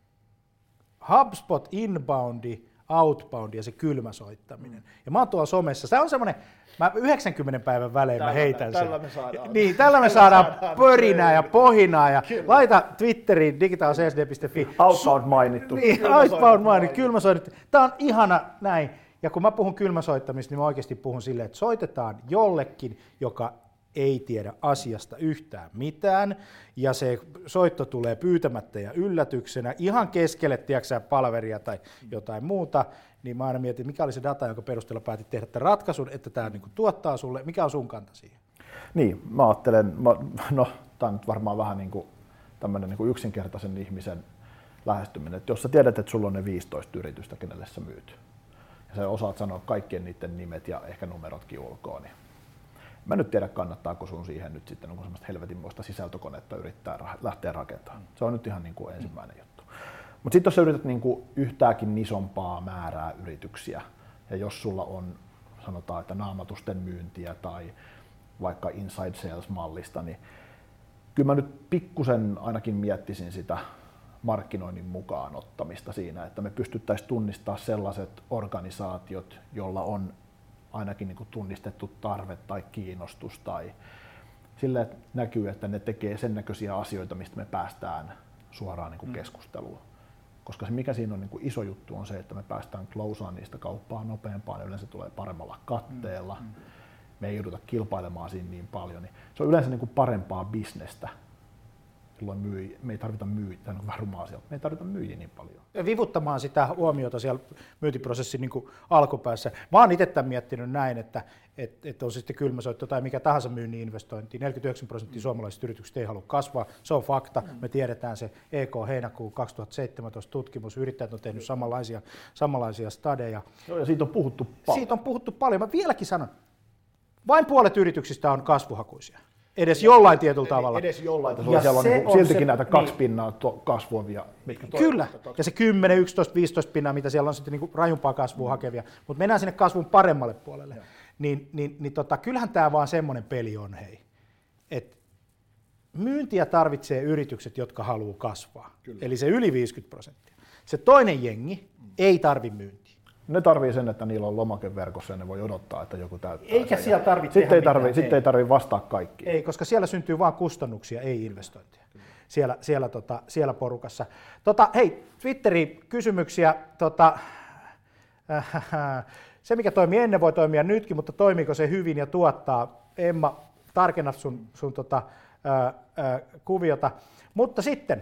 S1: HubSpot Inboundi, Outbound ja se kylmäsoittaminen. Mm. Ja mä oon tuolla somessa, se on semmoinen, mä yhdeksänkymmentä päivän välein tällä mä heitän
S10: me,
S1: sen.
S10: Tällä me saadaan.
S1: Niin, tällä me saadaan, saadaan pörinää ja pohinaa ja Kyllä. laita Twitteriin digital c s d piste f i.
S10: Outbound mainittu.
S1: Niin, Outbound mainittu, kylmäsoitettu. Tää on ihana näin. Ja kun mä puhun kylmäsoittamista, niin mä oikeasti puhun silleen, että soitetaan jollekin, joka ei tiedä asiasta yhtään mitään, ja se soitto tulee pyytämättä ja yllätyksenä, ihan keskelle, tiedätkö, palveria tai jotain muuta, niin mä aina mietin, mikä oli se data, jonka perusteella päätit tehdä tämän ratkaisun, että tämä niin kuin tuottaa sulle, mikä on sun kanta siihen?
S10: Niin, mä ajattelen, mä, no tämä on nyt varmaan vähän niin kuin tämmöinen niin kuin yksinkertaisen ihmisen lähestyminen, että jos sä tiedät, että sulla on ne viisitoista yritystä, kenelle sä myyt, ja sä osaat sanoa kaikkien niiden nimet ja ehkä numerotkin ulkoa, niin mä nyt tiedä, kannattaako sun siihen nyt sitten onko semmoista helvetinmoista sisältökonetta yrittää lähteä rakentamaan. Se on nyt ihan niin kuin ensimmäinen juttu. Mutta sitten jos sä yrität niin kuin yhtääkin isompaa määrää yrityksiä, ja jos sulla on, sanotaan, että naamatusten myyntiä tai vaikka inside sales-mallista, niin kyllä mä nyt pikkusen ainakin miettisin sitä markkinoinnin mukaan ottamista siinä, että me pystyttäisiin tunnistamaan sellaiset organisaatiot, joilla on ainakin niin kuin tunnistettu tarve tai kiinnostus tai sillä että näkyy, että ne tekee sen näköisiä asioita, mistä me päästään suoraan niin kuin keskusteluun. Koska se mikä siinä on niin kuin iso juttu on se, että me päästään closaan niistä kauppaa nopeampaan, yleensä tulee paremmalla katteella. Mm. Me ei jouduta kilpailemaan siinä niin paljon, niin se on yleensä niin kuin parempaa bisnestä jolloin myy, me ei tarvita myyjiä, tämä on varmaa asia, me ei tarvita myyjiä niin paljon.
S1: Vivuttamaan sitä huomiota siellä myyntiprosessin niin kuin alkupäässä. Mä oon itse miettinyt näin, että et, et on sitten kylmäsoitto tai mikä tahansa myynnin investointi. neljäkymmentäyhdeksän prosenttia suomalaisista yrityksistä ei halua kasvaa. Se on fakta. Me tiedetään se E K heinäkuun kaksituhattaseitsemäntoista tutkimus. Yrittäjät on tehnyt samanlaisia, samanlaisia stadeja.
S10: Joo, ja siitä on puhuttu paljon.
S1: Siitä on puhuttu paljon. Mä vieläkin sanon, vain puolet yrityksistä on kasvuhakuisia. Edes jollain tietyllä tavalla.
S10: Edes jollain tasolla. Siellä on, niin, on siltikin se, näitä kaksi niin, pinnaa kasvuavia. Mitkä
S1: kyllä, ja se kymmenen, yksitoista, viisitoista pinnaa, mitä siellä on sitten niin kuin rajumpaa kasvua hakevia. Mutta mennään sinne kasvun paremmalle puolelle. Ja. Niin, niin, niin tota, kyllähän tämä vaan semmoinen peli on, hei. Et myyntiä tarvitsee yritykset, jotka haluaa kasvaa. Kyllä. Eli se yli viisikymmentä prosenttia. Se toinen jengi mm. ei tarvi myyntiä.
S10: Ne tarvii sen, että niillä on lomake verkossa ja ne voi odottaa, että joku täyttää.
S1: Eikä siellä tarvitse
S10: Sitten ei tarvitse sitten ei tarvi vastaa kaikkiin.
S1: Ei, koska siellä syntyy vain kustannuksia, ei investointeja. Siellä, siellä, tota, siellä porukassa. Tota, hei, Twitteri kysymyksiä. Tota, äh, se, mikä toimii ennen, voi toimia nytkin, mutta toimiiko se hyvin ja tuottaa? Emma, tarkenna sun, sun tota, äh, äh, kuviota. Mutta sitten,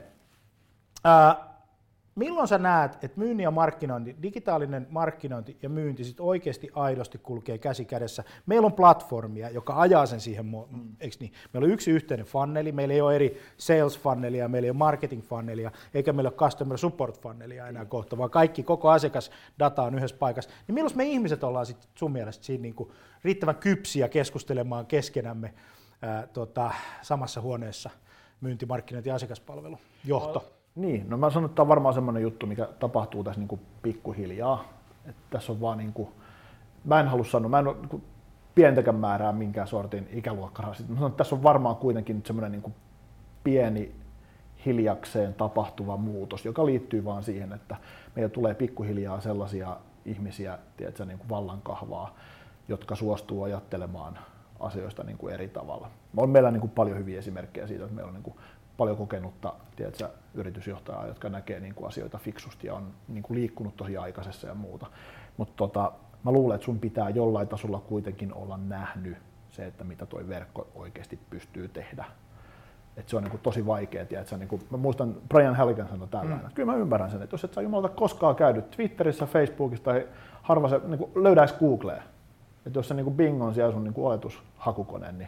S1: äh, milloin sä näet, että myynnin ja markkinointi, digitaalinen markkinointi ja myynti sit oikeasti aidosti kulkee käsi kädessä? Meillä on platformia, joka ajaa sen siihen, mm. eikö niin? Meillä on yksi yhteinen funneli, meillä ei ole eri sales funnelia, meillä ei ole marketing funnelia, eikä meillä ole customer support funnelia enää kohta, vaan kaikki, koko asiakasdata on yhdessä paikassa. Niin milloin me ihmiset ollaan sit sun mielestä siinä niinku riittävän kypsiä keskustelemaan keskenämme ää, tota, samassa huoneessa myynti, markkinointi ja asiakaspalvelu, johto?
S10: Niin, no mä sanon, että tämä on varmaan semmoinen juttu, mikä tapahtuu tässä niin kuin pikkuhiljaa. Että tässä on vaan niin kuin, mä en halua sanoa, mä en ole niin kuin pientäkään määrää minkään sortin ikäluokkaa. Mä sanon, että tässä on varmaan kuitenkin semmoinen niin kuin pieni hiljakseen tapahtuva muutos, joka liittyy vaan siihen, että meillä tulee pikkuhiljaa sellaisia ihmisiä, tiedätkö, niin kuin vallankahvaa, jotka suostuu ajattelemaan asioista niin kuin eri tavalla. On meillä niin kuin paljon hyviä esimerkkejä siitä, että meillä on niin kuin paljon kokenutta tiedätkö, yritysjohtajaa, jotka näkee niin kuin asioita fiksusti ja on niin kuin liikkunut tosi aikaisessa ja muuta. Mutta tota, mä luulen, että sun pitää jollain tasolla kuitenkin olla nähnyt se, että mitä toi verkko oikeasti pystyy tehdä. Et se on niin kuin tosi vaikea. Tiedätkö, niin kuin, mä muistan, Brian Halligan sanoi tällä mm. Kyllä mä ymmärrän sen, että jos et sä jumalta koskaan käynyt Twitterissä, Facebookissa tai harva se niin kuin löydäisi Googleen. Että jos se niin kuin Bing on siellä sun niin kuin oletushakukone, niin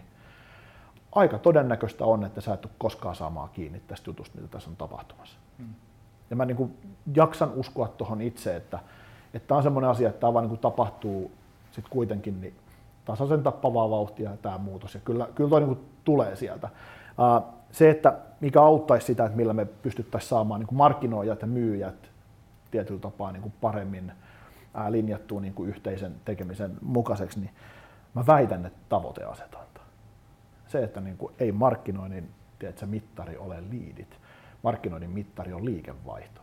S10: aika todennäköistä on, että sä et ole koskaan saamaan kiinni tästä jutusta, mitä tässä on tapahtumassa. Hmm. Ja mä niin kuin jaksan uskoa tuohon itse, että tämä on semmoinen asia, että tämä vaan niin kuin tapahtuu sit kuitenkin niin tasaisen tappavaa vauhtia tämä muutos. Ja kyllä, kyllä toi niin kuin tulee sieltä. Uh, se, että mikä auttaisi sitä, että millä me pystyttäisiin saamaan niin kuin markkinoijat ja myyjät tietyllä tapaa niin kuin paremmin uh, linjattua niin kuin yhteisen tekemisen mukaiseksi, niin mä väitän, että tavoiteasetanta. Se, että niin kuin ei markkinoinnin tiedätkö, mittari ole liidit, markkinoinnin mittari on liikevaihto.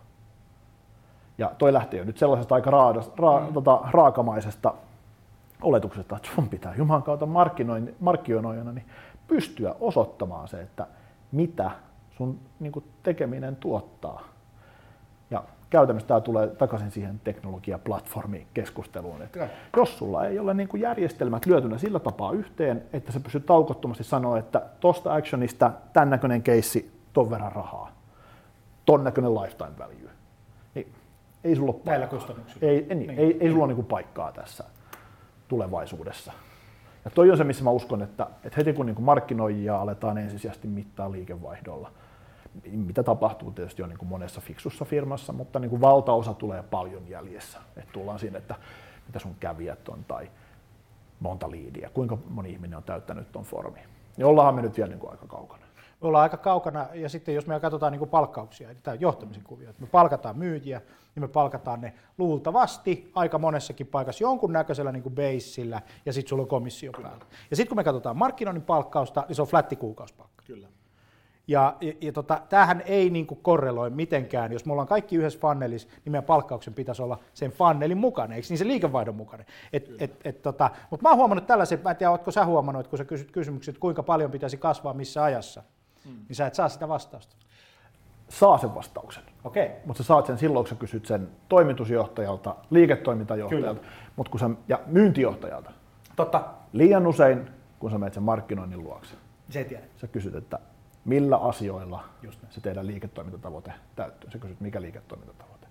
S10: Ja toi lähtee jo nyt sellaisesta aika raadas, ra, mm. tota, raakamaisesta oletuksesta, että sun pitää Jumalan kautta markkinoijana niin pystyä osoittamaan se, että mitä sun niin kuin tekeminen tuottaa. Ja käytännössä tämä tulee takaisin siihen teknologia-platformikeskusteluun. Että jos sulla ei ole niin kuin järjestelmät lyötynä sillä tapaa yhteen, että sä pystyt taukottomasti sanoa, että tosta actionista tämän näköinen keissi, ton verran rahaa, ton näköinen lifetime value, niin ei sulla ole paikkaa. Ei, ei, niin. ei, ei sulla ole niin kuin paikkaa tässä tulevaisuudessa. Ja toi on se, missä mä uskon, että, että heti kun niin kuin markkinoijia aletaan ensisijaisesti mittaa liikevaihdolla, mitä tapahtuu tietysti jo niin kuin monessa fiksussa firmassa, mutta niin kuin valtaosa tulee paljon jäljessä. Et tullaan siinä, että mitä sun kävijät on tai monta liidiä, kuinka moni ihminen on täyttänyt ton formin. Niin ollaanhan me nyt vielä niin kuin aika kaukana.
S1: Me ollaan aika kaukana, ja sitten jos me katsotaan niin kuin palkkauksia, eli tämä johtamisen kuvio, että me palkataan myyjiä, niin me palkataan ne luultavasti aika monessakin paikassa jonkun näköisellä niin kuin baseillä, ja sitten sulla on komissio päällä. Ja sitten kun me katsotaan markkinoinnin palkkausta, niin se on flätti kuukausipalkka. Kyllä. Ja, ja, ja tota, tämähän ei niin kuin korreloi mitenkään, jos me ollaan kaikki yhdessä funnelissa, niin meidän palkkauksen pitäisi olla sen funnelin mukainen, eikö niin se liikevaihdon mukainen. Et, et, et, tota, mutta mä oon huomannut tällaisen, mä en tiedä, ootko sä huomannut, että kun sä kysyt kysymykset, että kuinka paljon pitäisi kasvaa missä ajassa, hmm. niin sä et saa sitä vastausta.
S10: Saa sen vastauksen,
S1: okay.
S10: Mutta sä saat sen silloin, kun sä kysyt sen toimitusjohtajalta, liiketoimintajohtajalta mut kun sä, ja myyntijohtajalta.
S1: Totta.
S10: Liian usein, kun sä menet sen markkinoinnin luokse,
S1: se ei tiedä.
S10: Sä kysyt, että millä asioilla se teidän liiketoimintatavoite täyttyy. Sä kysyt, mikä liiketoimintatavoite?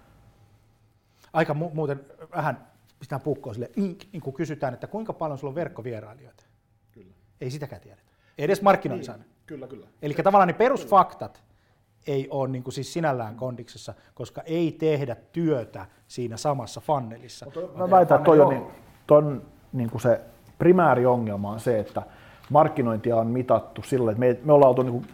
S1: Aika mu- muuten vähän pistää puukkoon sille, niin kun kysytään, että kuinka paljon sulla on verkkovierailijoita.
S10: Kyllä.
S1: Ei sitäkään tiedetä. Edes markkinoinnisana.
S10: Niin, kyllä, kyllä.
S1: Eli tavallaan ne perusfaktat ei ole niin kuin siis sinällään kondiksessa, koska ei tehdä työtä siinä samassa funnelissa.
S10: Mä väitän, että toi on, niin, ton, niin kuin se primääri ongelma on se, että markkinointia on mitattu sillä, että me, me ollaan oltu niin kuin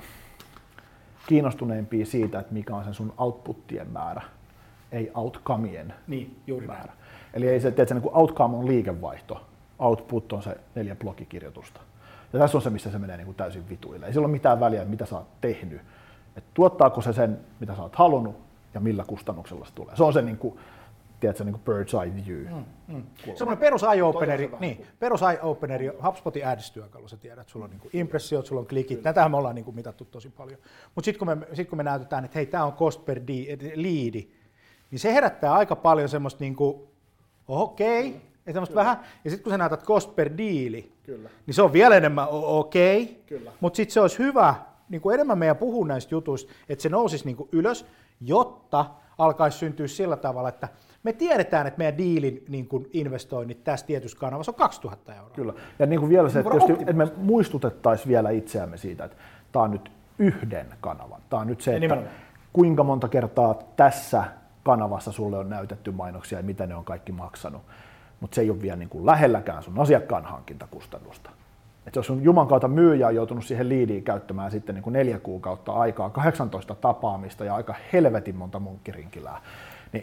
S10: kiinnostuneempia siitä, että mikä on sen sun outputtien määrä, ei outcomeen
S1: niin, juuri
S10: määrä.
S1: näin.
S10: Eli ei se, tiedätkö, niin kuin outcome on liikevaihto, output on se neljä blogikirjoitusta. Ja tässä on se, missä se menee niin kuin täysin vituille. Ei sillä ole mitään väliä, mitä sä oot tehnyt. Et tuottaako se sen, mitä sä oot halunnut ja millä kustannuksella se tulee. Se on se niin kuin, tiedätkö, niin kuin bird's eye view.
S1: Mm, mm. Semmoinen perus eye-openeri, niin, perus eye-openeri, HubSpotin Ads-työkalu, sä tiedät, sulla on niin kuin impressiot, sulla on klikit, näitähän me ollaan niin kuin mitattu tosi paljon. Mutta sitten kun, sit, kun me näytetään, että hei, tämä on cost per lead, niin se herättää aika paljon semmoista niin kuin, okei, okay, ja semmoista vähän, ja sitten kun sä näytät cost per deali, Kyllä. niin se on vielä enemmän okei, okay, mutta sitten se olisi hyvä, niin kuin enemmän meidän puhua näistä jutuista, että se nousisi niin kuin ylös, jotta alkaisi syntyä sillä tavalla, että me tiedetään, että meidän diilin niin kuin investoinnit tässä tietyssä kanavassa on kaksituhatta euroa.
S10: Kyllä, ja niin kuin vielä se, että, tietysti, että me muistutettaisiin vielä itseämme siitä, että tämä on nyt yhden kanavan. Tämä on nyt se, että kuinka monta kertaa tässä kanavassa sulle on näytetty mainoksia ja mitä ne on kaikki maksanut. Mutta se ei ole vielä niin kuin lähelläkään sun asiakkaan hankintakustannusta. Et jos sun Juman kautta myyjä on joutunut siihen liidiin käyttämään sitten niin kuin neljä kuukautta aikaa, kahdeksantoista tapaamista ja aika helvetin monta munkkirinkilää, niin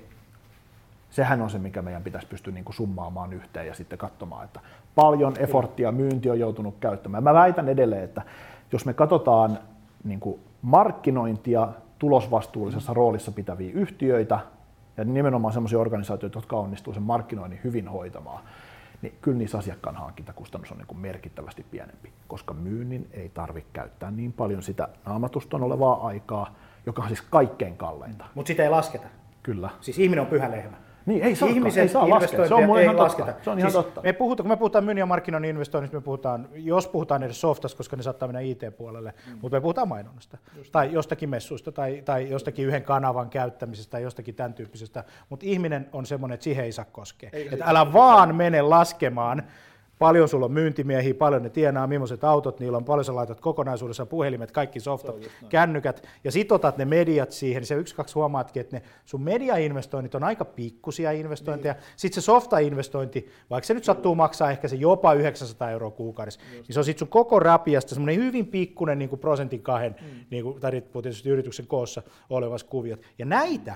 S10: sehän on se, mikä meidän pitäisi pystyä niin kuin summaamaan yhteen ja sitten katsomaan, että paljon efforttia myynti on joutunut käyttämään. Mä väitän edelleen, että jos me katsotaan niin kuin markkinointia tulosvastuullisessa roolissa pitäviä yhtiöitä, ja nimenomaan sellaisia organisaatioita, jotka onnistuu sen markkinoinnin hyvin hoitamaan, niin kyllä niissä asiakkaan hankintakustannus on niin kuin merkittävästi pienempi, koska myynnin ei tarvitse käyttää niin paljon sitä naamatuston olevaa aikaa, joka on siis kaikkein kalleinta.
S1: Mutta sitä ei lasketa.
S10: Kyllä.
S1: Siis ihminen on pyhä lehmä.
S10: Niin, ei saa, ei saa laskea. Se on mulle ihan totta. Se on ihan
S1: siis
S10: totta.
S1: Me puhutaan, kun me puhutaan myynnin ja markkinoinnin investoinnista, me puhutaan, jos puhutaan edes softasta, koska ne saattaa mennä I T-puolelle, mm. mutta me puhutaan mainonnasta. Just tai jostakin messuista, tai, tai jostakin yhden kanavan käyttämisestä, tai jostakin tämän tyyppisestä. Mutta ihminen on semmoinen, että siihen ei saa koskea. Että älä vaan mene laskemaan, paljon sulla on myyntimiehiä, paljon ne tienaa, millaiset autot niillä on, paljon sä laitat kokonaisuudessaan puhelimet, kaikki softat, kännykät, ja sit otat ne mediat siihen, niin se yksi, kaksi huomaatkin, että ne sun mediainvestoinnit on aika pikkusia investointeja, niin. Sitten se softa-investointi, vaikka se nyt sattuu maksaa ehkä se jopa yhdeksänsataa euroa kuukaudessa, Just. niin se on sitten sun koko rapiasta semmoinen hyvin pikkuinen niin kuin prosentin kahden, mm. niin kuin, tai riippuu tietysti yrityksen koossa olevassa kuviot, ja näitä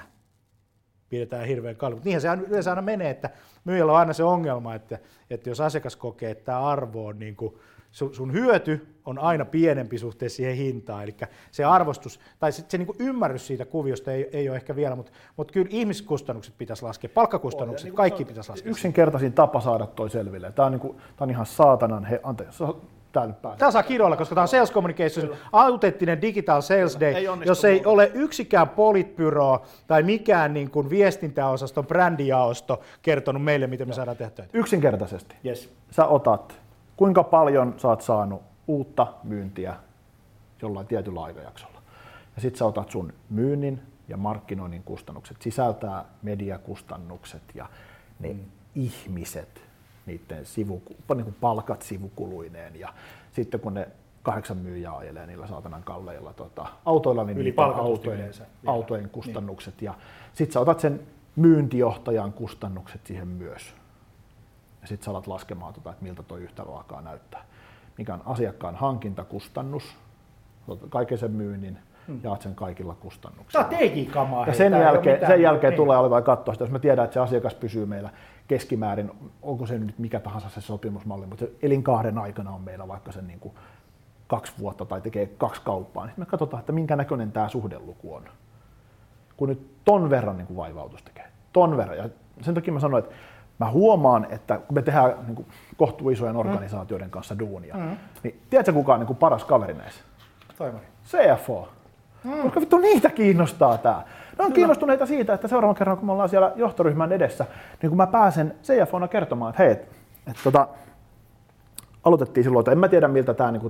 S1: pidetään hirveän kalliin. Mutta niinhän se yleensä aina menee, että myyjällä on aina se ongelma, että, että jos asiakas kokee, että tämä arvo on niin kuin, sun, sun hyöty on aina pienempi suhteessa siihen hintaan, eli se arvostus, tai se, se niin kuin ymmärrys siitä kuviosta ei, ei ole ehkä vielä, mutta, mutta kyllä ihmiskustannukset pitäisi laskea, palkkakustannukset, niin kaikki pitäisi laskea.
S10: Yksinkertaisin tapa saada toi selville. Tämä on, niin kuin, tämä on ihan saatanan, he, anteeksi,
S1: Tämä saa kiroilla, koska tämä on Sales Communication, Kyllä. autenttinen Digital Sales Day, ei jos ei muuta. ole yksikään politbyro tai mikään niin kuin viestintäosaston brändijaosto kertonut meille, miten me saadaan tehdä töitä.
S10: Yksinkertaisesti.
S1: Yes.
S10: Sä otat, kuinka paljon sä oot saanut uutta myyntiä jollain tietyllä aikajaksolla. Ja sit sä otat sun myynnin ja markkinoinnin kustannukset, sisältää mediakustannukset ja ne mm. ihmiset, niiden sivu, niin kuin palkat sivukuluineen ja sitten kun ne kahdeksan myyjää ajelee niillä saatanan kalleilla tota, autoilla, niin niitä autojen, autojen kustannukset niin. Ja sitten sä otat sen myyntijohtajan kustannukset siihen myös. Ja sitten sä alat laskemaan, tota, että miltä toi yhtälö alkaa näyttää. Mikä on asiakkaan hankintakustannus, kaiken sen myynnin, hmm. jaat sen kaikilla kustannuksilla.
S1: Tämä on kamaa.
S10: Ja sen jälkeen, sen jälkeen niin. tulee aletaan katsoa sitä, jos me tiedään, että se asiakas pysyy meillä keskimäärin, onko se nyt mikä tahansa se sopimusmalli, mutta se elinkaaren aikana on meillä vaikka sen niin kuin kaksi vuotta tai tekee kaksi kauppaa, niin me katsotaan, että minkä näköinen tämä suhdeluku on. Kun nyt ton verran niin kuin vaivautus tekee, ton verran. Ja sen takia mä sanoin, että mä huomaan, että kun me tehdään niin kuin kohtuu isojen organisaatioiden kanssa duunia, mm. niin tiedätkö kuka on niin kuin paras kaveri näissä?
S1: Toimari.
S10: C F O. Mm. Koska vittu niitä kiinnostaa tää. Ne on kiinnostuneita siitä, että seuraavan kerran kun me ollaan siellä johtoryhmän edessä, niin kun mä pääsen C F O:na kertomaan, että hei, et, et, tota, aloitettiin silloin, että en mä tiedä miltä tää niinku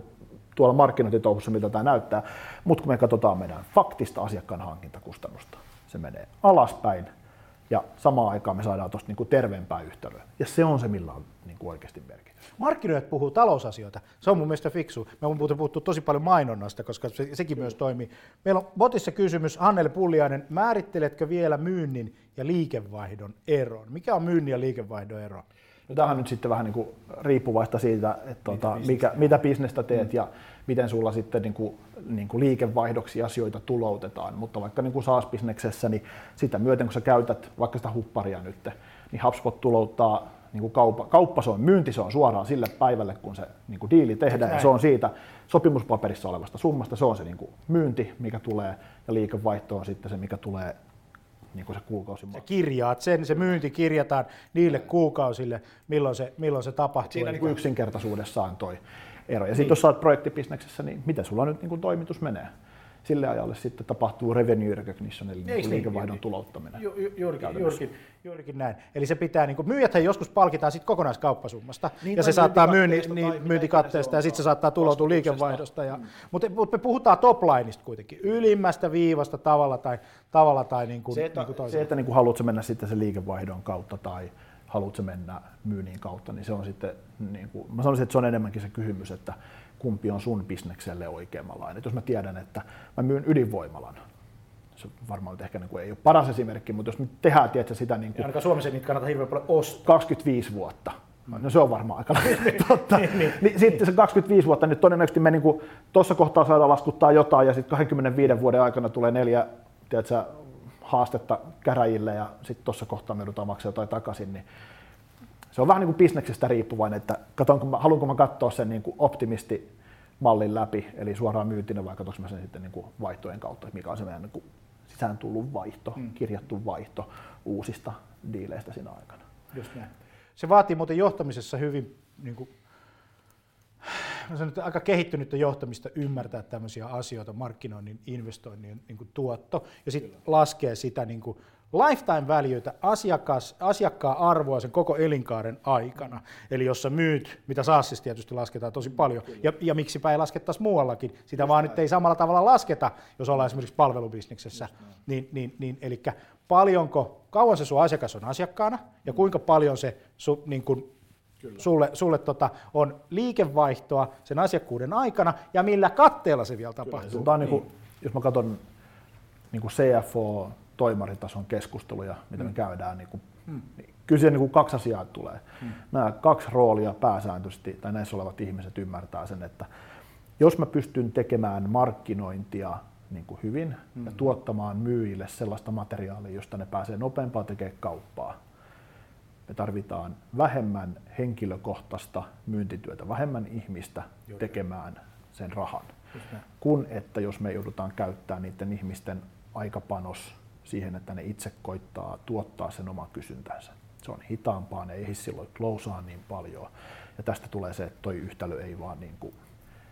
S10: tuolla markkinointitouhussa, mitä tämä näyttää, mutta kun me katsotaan meidän faktista asiakkaan hankintakustannusta, se menee alaspäin ja samaan aikaan me saadaan tuosta niinku terveempää yhtälöä. Ja se on se, millä on niinku oikeasti merkitys.
S1: Markkinoijat puhuu talousasioita. Se on mun mielestä fiksu. Me on muuten puhuttu tosi paljon mainonnasta, koska se, sekin myös toimii. Meillä on botissa kysymys, Hannele Pulliainen, määritteletkö vielä myynnin ja liikevaihdon eron? Mikä on myynnin ja liikevaihdon ero?
S10: No, tämähän on nyt sitten vähän niin kuin riippuvaista siitä, että tuota, mikä, mitä bisnestä teet mm. ja miten sulla sitten niin kuin, niin kuin liikevaihdoksi asioita tuloutetaan. Mutta vaikka niin kuin SaaS-bisneksessä, niin sitä myöten kun sä käytät vaikka sitä hupparia nyt, niin HubSpot tulouttaa niin kuin kauppa, kauppa, se on myynti, se on suoraan sille päivälle, kun se niin kuin diili tehdään. Ja se on siitä sopimuspaperissa olevasta summasta, se on se niin kuin myynti, mikä tulee, ja liikevaihto on sitten se, mikä tulee niin kuin se kuukausimaksu.
S1: Kirjaat sen, se myynti kirjataan niille kuukausille, milloin se, milloin se tapahtuu.
S10: Siinä niin kuin yksinkertaisuudessaan toi ero. Ja sitten niin. Jos sä oot projektibisneksessä, niin miten sulla nyt niin kuin toimitus menee? Sille ajalle sitten tapahtuu revenue recognition, eli niin liikevaihdon niin, tulouttaminen. Ju, ju,
S1: juurikin, juurikin, juurikin näin. Eli se pitää, niin kuin, myyjäthän joskus palkitaan sit kokonaiskauppasummasta, niin, ja se saattaa myynni, niin, myyntikatteesta, ja sitten se saattaa tuloutua liikevaihdosta. Ja, mm. mutta, mutta me puhutaan toplineista kuitenkin, ylimmästä viivasta tavalla tai, tavalla tai niin kuin,
S10: se, että,
S1: niin kuin
S10: se, että niin kuin haluatko mennä sitten sen liikevaihdon kautta tai haluatko mennä myynnin kautta, niin se on sitten, niin kuin, mä sanoisin, että se on enemmänkin se kysymys, että kumpi on sun bisnekselle oikeammanlainen. Et jos mä tiedän, että mä myyn ydinvoimalan, se varmaan ehkä niin kuin ei ole paras esimerkki, mutta jos me tehdään tiedätkö, sitä niin kuin
S1: ainakaan Suomessa niitä kannattaa hirveän paljon ostaa.
S10: kaksikymmentäviisi vuotta, no se on varmaan aika totta. niin, niin, niin, sitten se kaksikymmentäviisi vuotta, nyt todennäköisesti me niin tuossa kohtaa saadaan laskuttaa jotain ja sitten kaksikymmentäviiden vuoden aikana tulee neljä tiedätkö, haastetta käräjille ja sitten tuossa kohtaa me joudutaan maksaa jotain takaisin. Niin se on vähän niin kuin bisneksestä riippuvainen, että katonko mä, haluanko mä katsoa sen niin kuin optimistimallin läpi, eli suoraan myyntinen, vai katsonko mä sen sitten niin kuin vaihtojen kautta, mikä on se meidän niin kuin sisään tullut vaihto, hmm. kirjattu vaihto uusista diileistä siinä aikana.
S1: Just näin. Se vaatii muuten johtamisessa hyvin niin kuin, aika kehittynyttä johtamista ymmärtää tämmöisiä asioita, markkinoinnin, investoinnin niin kuin tuotto, ja sitten laskee sitä niin kuin lifetime valueita, asiakkaan arvoa sen koko elinkaaren aikana. Eli jos sä myyt, mitä SaaSissa tietysti lasketaan tosi paljon, ja, ja miksipä ei laskettaisi muuallakin, sitä vaan nyt ei samalla tavalla lasketa, jos ollaan esimerkiksi palvelubisneksessä. Niin, niin, niin, eli paljonko, kauan se sun asiakas on asiakkaana, ja kuinka paljon se su, niin kun, sulle, sulle tota, on liikevaihtoa sen asiakkuuden aikana, ja millä katteella se vielä tapahtuu.
S10: Tämä on niin kuin, jos mä katson niin kuin C F O, toimaritason keskusteluja, mitä mm. me käydään, niin kuin, mm. niin kyllä siihen niin kuin kaksi asiaa tulee. Mm. Nämä kaksi roolia pääsääntöisesti, tai näissä olevat ihmiset ymmärtää sen, että jos mä pystyn tekemään markkinointia niin kuin hyvin mm. ja tuottamaan myyjille sellaista materiaalia, josta ne pääsee nopeampaan tekemään kauppaa, me tarvitaan vähemmän henkilökohtaista myyntityötä, vähemmän ihmistä tekemään sen rahan, kun että jos me joudutaan käyttämään niiden ihmisten aikapanos siihen, että ne itse koittaa tuottaa sen oman kysyntänsä. Se on hitaampaa, ne ei silloin closeaa niin paljon. Ja tästä tulee se, että toi yhtälö ei vaan niin kuin,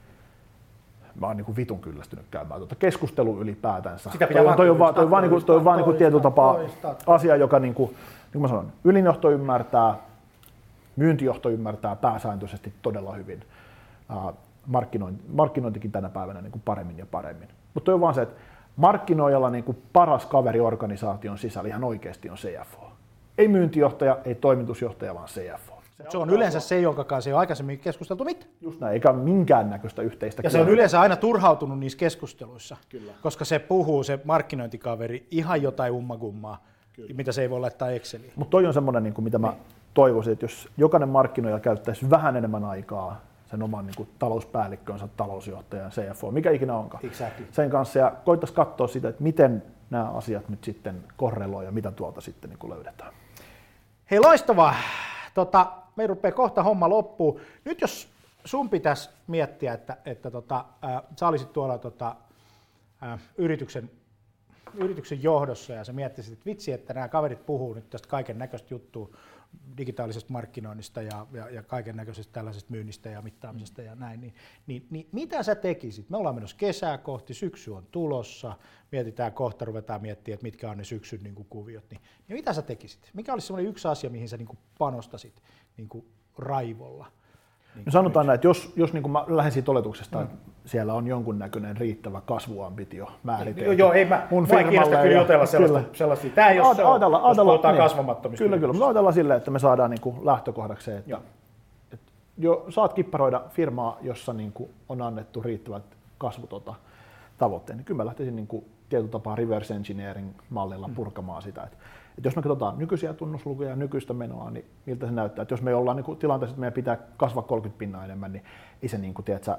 S10: mä oon niin kuin vitun kyllästynyt käymään tuota keskustelua ylipäätänsä. Sitä pitää toi, toi on vaan, toi vaan, niin toi vaan niin tietyllä tapaa asia, joka niin kuin, niin kuin mä sanon, ylinjohto ymmärtää, myyntijohto ymmärtää pääsääntöisesti todella hyvin. Markkinointi, markkinointikin tänä päivänä niin kuin paremmin ja paremmin. Mutta toi on vaan se, että markkinoijalla niin kuin paras kaveri organisaation sisällä ihan oikeasti on C F O. Ei myyntijohtaja, ei toimitusjohtaja, vaan C F O.
S1: Se, se on yleensä se, jonka kanssa ei ole aikaisemmin keskusteltu mitään.
S10: Just näin, eikä minkäännäköistä yhteistä.
S1: Ja se on yleensä aina turhautunut niissä keskusteluissa, Kyllä. koska se puhuu, se markkinointikaveri, ihan jotain ummagummaa, Kyllä. mitä se ei voi laittaa Exceliin.
S10: Mutta toi on semmoinen, niin kuin, mitä mä toivoisin, että jos jokainen markkinoija käyttäisi vähän enemmän aikaa sen oman niin kuin, talouspäällikkönsä, talousjohtajan, C F O, mikä ikinä onkaan.
S1: Exactly.
S10: Sen kanssa ja koittaisi katsoa sitä, että miten nämä asiat nyt sitten korreloi ja mitä tuolta sitten niin kuin löydetään.
S1: Hei, loistavaa! Tota, me rupeaa kohta homma loppuun. Nyt jos sun pitäisi miettiä, että, että tota, ää, sä olisit tuolla tota, ää, yrityksen, yrityksen johdossa ja sä miettisit, että vitsi, että nämä kaverit puhuu nyt tästä kaiken näköistä juttua, digitaalisesta markkinoinnista ja, ja, ja kaiken näköisestä tällaisesta myynnistä ja mittaamisesta mm. ja näin, niin, niin, niin mitä sä tekisit? Me ollaan menossa kesää kohti, syksy on tulossa, mietitään kohta, ruvetaan miettimään, että mitkä on ne syksyn niin kuin, kuviot, niin, niin mitä sä tekisit? Mikä olisi semmoinen yksi asia, mihin sä niin kuin, panostasit niin kuin, raivolla?
S10: Niin no sanotaan näin, että jos, jos niin kuin mä lähden siitä oletuksesta, mm. että siellä on jonkunnäköinen riittävä kasvuambitio määritelty.
S1: Joo, joo, ei mä, mun mua ei kiinnosta kyllä jutella sellaista, sellaista. Tämä ei ole se,
S10: ajatella,
S1: jos
S10: ajatella,
S1: puhutaan
S10: niin,
S1: kasvamattomista.
S10: Kyllä, kyllä, mutta ajatellaan silleen, että me saadaan niin kuin lähtökohdaksi, että, että jo, saat kipparoida firmaa, jossa niin kuin on annettu riittävät kasvutota tavoitteet, niin kyllä mä lähtisin niin kuin tietyllä tapaa reverse engineering mallilla mm. purkamaan sitä. Että, että jos me katsotaan nykyisiä tunnuslukuja ja nykyistä menoa, niin miltä se näyttää. Että jos me ollaan niin kuin tilanteessa, että meidän pitää kasvaa kolmekymmentä pinnaa enemmän, niin ei se niin kuin, tiedätkö,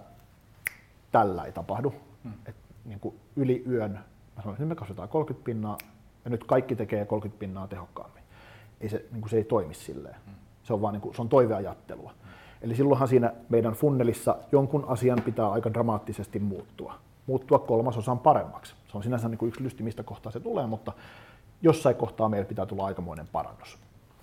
S10: tällä ei tapahdu. Mm. Et, niin kuin yli yön, mä sanoin, että me kasvataan kolmekymmentä pinnaa ja nyt kaikki tekee kolmekymmentä pinnaa tehokkaammin. Ei se, niin kuin se ei toimi silleen. Mm. Se on vaan niin kuin, se on toiveajattelua. Mm. Eli silloinhan siinä meidän funnelissa jonkun asian pitää aika dramaattisesti muuttua. Muuttua kolmasosan paremmaksi. Se on sinänsä niin kuin yksi lysti, mistä kohtaa se tulee, mutta jossain kohtaa meillä pitää tulla aikamoinen parannus.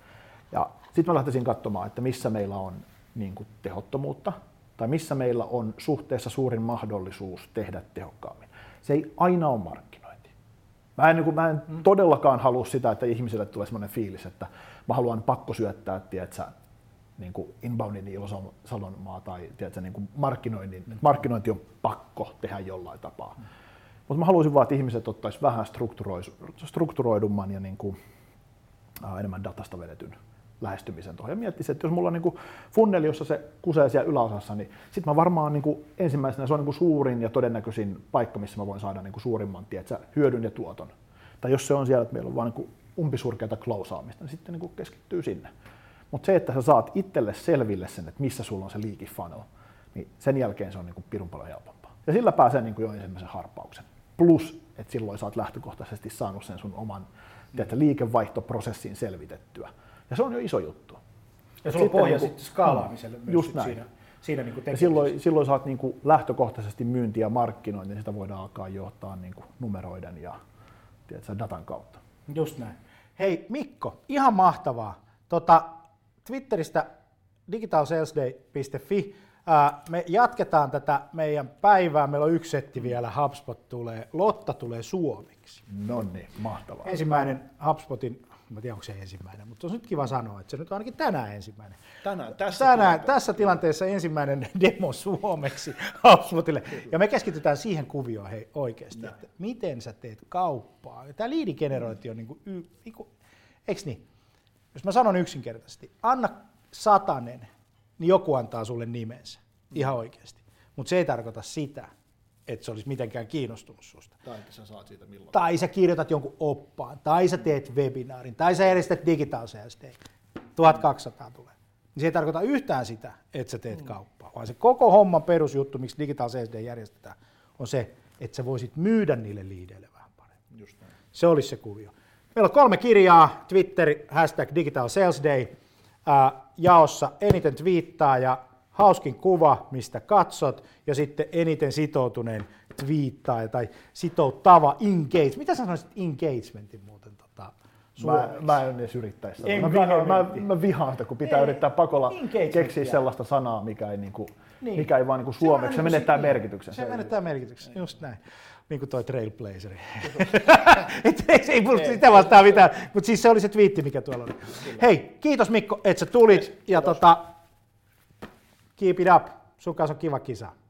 S10: Ja sitten mä lähtisin katsomaan, että missä meillä on niin kuin tehottomuutta tai missä meillä on suhteessa suurin mahdollisuus tehdä tehokkaammin. Se ei aina ole markkinointi. Mä en, niin kuin, mä en mm. todellakaan halua sitä, että ihmisille tulee sellainen fiilis, että mä haluan pakko syöttää, tiedätkö, niin kuin inboundin ilosanomaa tai tiedätkö, niin kuin markkinoinnin. Mm. Markkinointi on pakko tehdä jollain tapaa. Mm. Mutta mä haluaisin vaan, että ihmiset ottaisivat vähän strukturoidumman ja niin kuin, äh, enemmän datasta vedetyn lähestymisen tuohon. Ja miettisivät, että jos mulla on niin kuin funneli, jossa se kusee siellä yläosassa, niin sitten mä varmaan niin kuin ensimmäisenä se on niin kuin suurin ja todennäköisin paikka, missä mä voin saada niin kuin suurimman tiedätkö, hyödyn ja tuoton. Tai jos se on siellä, että meillä on vaan niin kuin umpisurkeata closeaamista, niin sitten niin kuin keskittyy sinne. Mutta se, että sä saat itselle selville sen, että missä sulla on se leaky funnel, niin sen jälkeen se on niin kuin pirun paljon helpompaa. Ja sillä pääsee niin kuin jo ensimmäisen harppauksen. Plus, että silloin sä oot lähtökohtaisesti saanut sen sun oman tiedätkö, liikevaihtoprosessin selvitettyä. Ja se on jo iso juttu.
S1: Ja sulla on pohja niin sitten skaalaamiselle myös
S10: just
S1: sit siinä, siinä niin
S10: ja silloin, silloin sä oot niin kuin lähtökohtaisesti myynti ja markkinointi, niin sitä voidaan alkaa johtaa niin kuin numeroiden ja tiedätkö, datan kautta.
S1: Just näin. Hei Mikko, ihan mahtavaa. Tota, Twitteristä digital sales day piste fi. Me jatketaan tätä meidän päivää. Meillä on yksi setti vielä. HubSpot tulee. Lotta tulee suomeksi.
S10: No niin, mahtavaa.
S1: Ensimmäinen HubSpotin, mä tiedän onko se ensimmäinen, mutta on nyt kiva sanoa, että se nyt on ainakin tänään ensimmäinen.
S10: Tänään, tässä,
S1: tänään,
S10: tilanteessa.
S1: tässä tilanteessa ensimmäinen demo suomeksi HubSpotille. Ja me keskitytään siihen kuvioon hei, oikeasti, no. Että miten sä teet kauppaa. Tämä liidigenerointi on niin kuin, niin kuin, eikö niin? Jos mä sanon yksinkertaisesti, anna satanen, niin joku antaa sulle nimensä, ihan oikeasti. Mutta se ei tarkoita sitä, että se olisi mitenkään kiinnostunut susta.
S10: Tai että sä saat siitä milloin.
S1: Tai sä kirjoitat jonkun oppaan, tai sä teet webinaarin, tai sä järjestät digital sales day. tuhatkaksisataa tulee. Niin se ei tarkoita yhtään sitä, että sä teet mm. kauppaa, vaan se koko homman perusjuttu, miksi digital sales day järjestetään, on se, että sä voisit myydä niille liideille vähän paremmin.
S10: Just näin.
S1: Se olisi se kuvio. Meillä on kolme kirjaa, Twitter, hashtag digital sales day, ää, jaossa eniten twiittaa ja hauskin kuva, mistä katsot, ja sitten eniten sitoutuneen twiittaa tai sitouttava engage. Mitä sä sanoisit engagementin muuten tota,
S10: mä, mä en edes yrittäisi sanoa. Mä vihaan, mä, mä vihaan sitä, kun pitää ei, yrittää pakolla keksiä sellaista sanaa, mikä ei, niinku, niin. mikä ei vaan niinku suomeksi. Se menettää niin, merkityksen.
S1: Se menettää merkityksen, just näin. Niin kuin toi Trailblazeri. Se ei puhuta sitä vastaan mitään, mutta siis se oli se twiitti, mikä tuolla oli. Hei, kiitos Mikko, että sä tulit. Ja tota, keep it up. Sun kanssa on kiva kisa.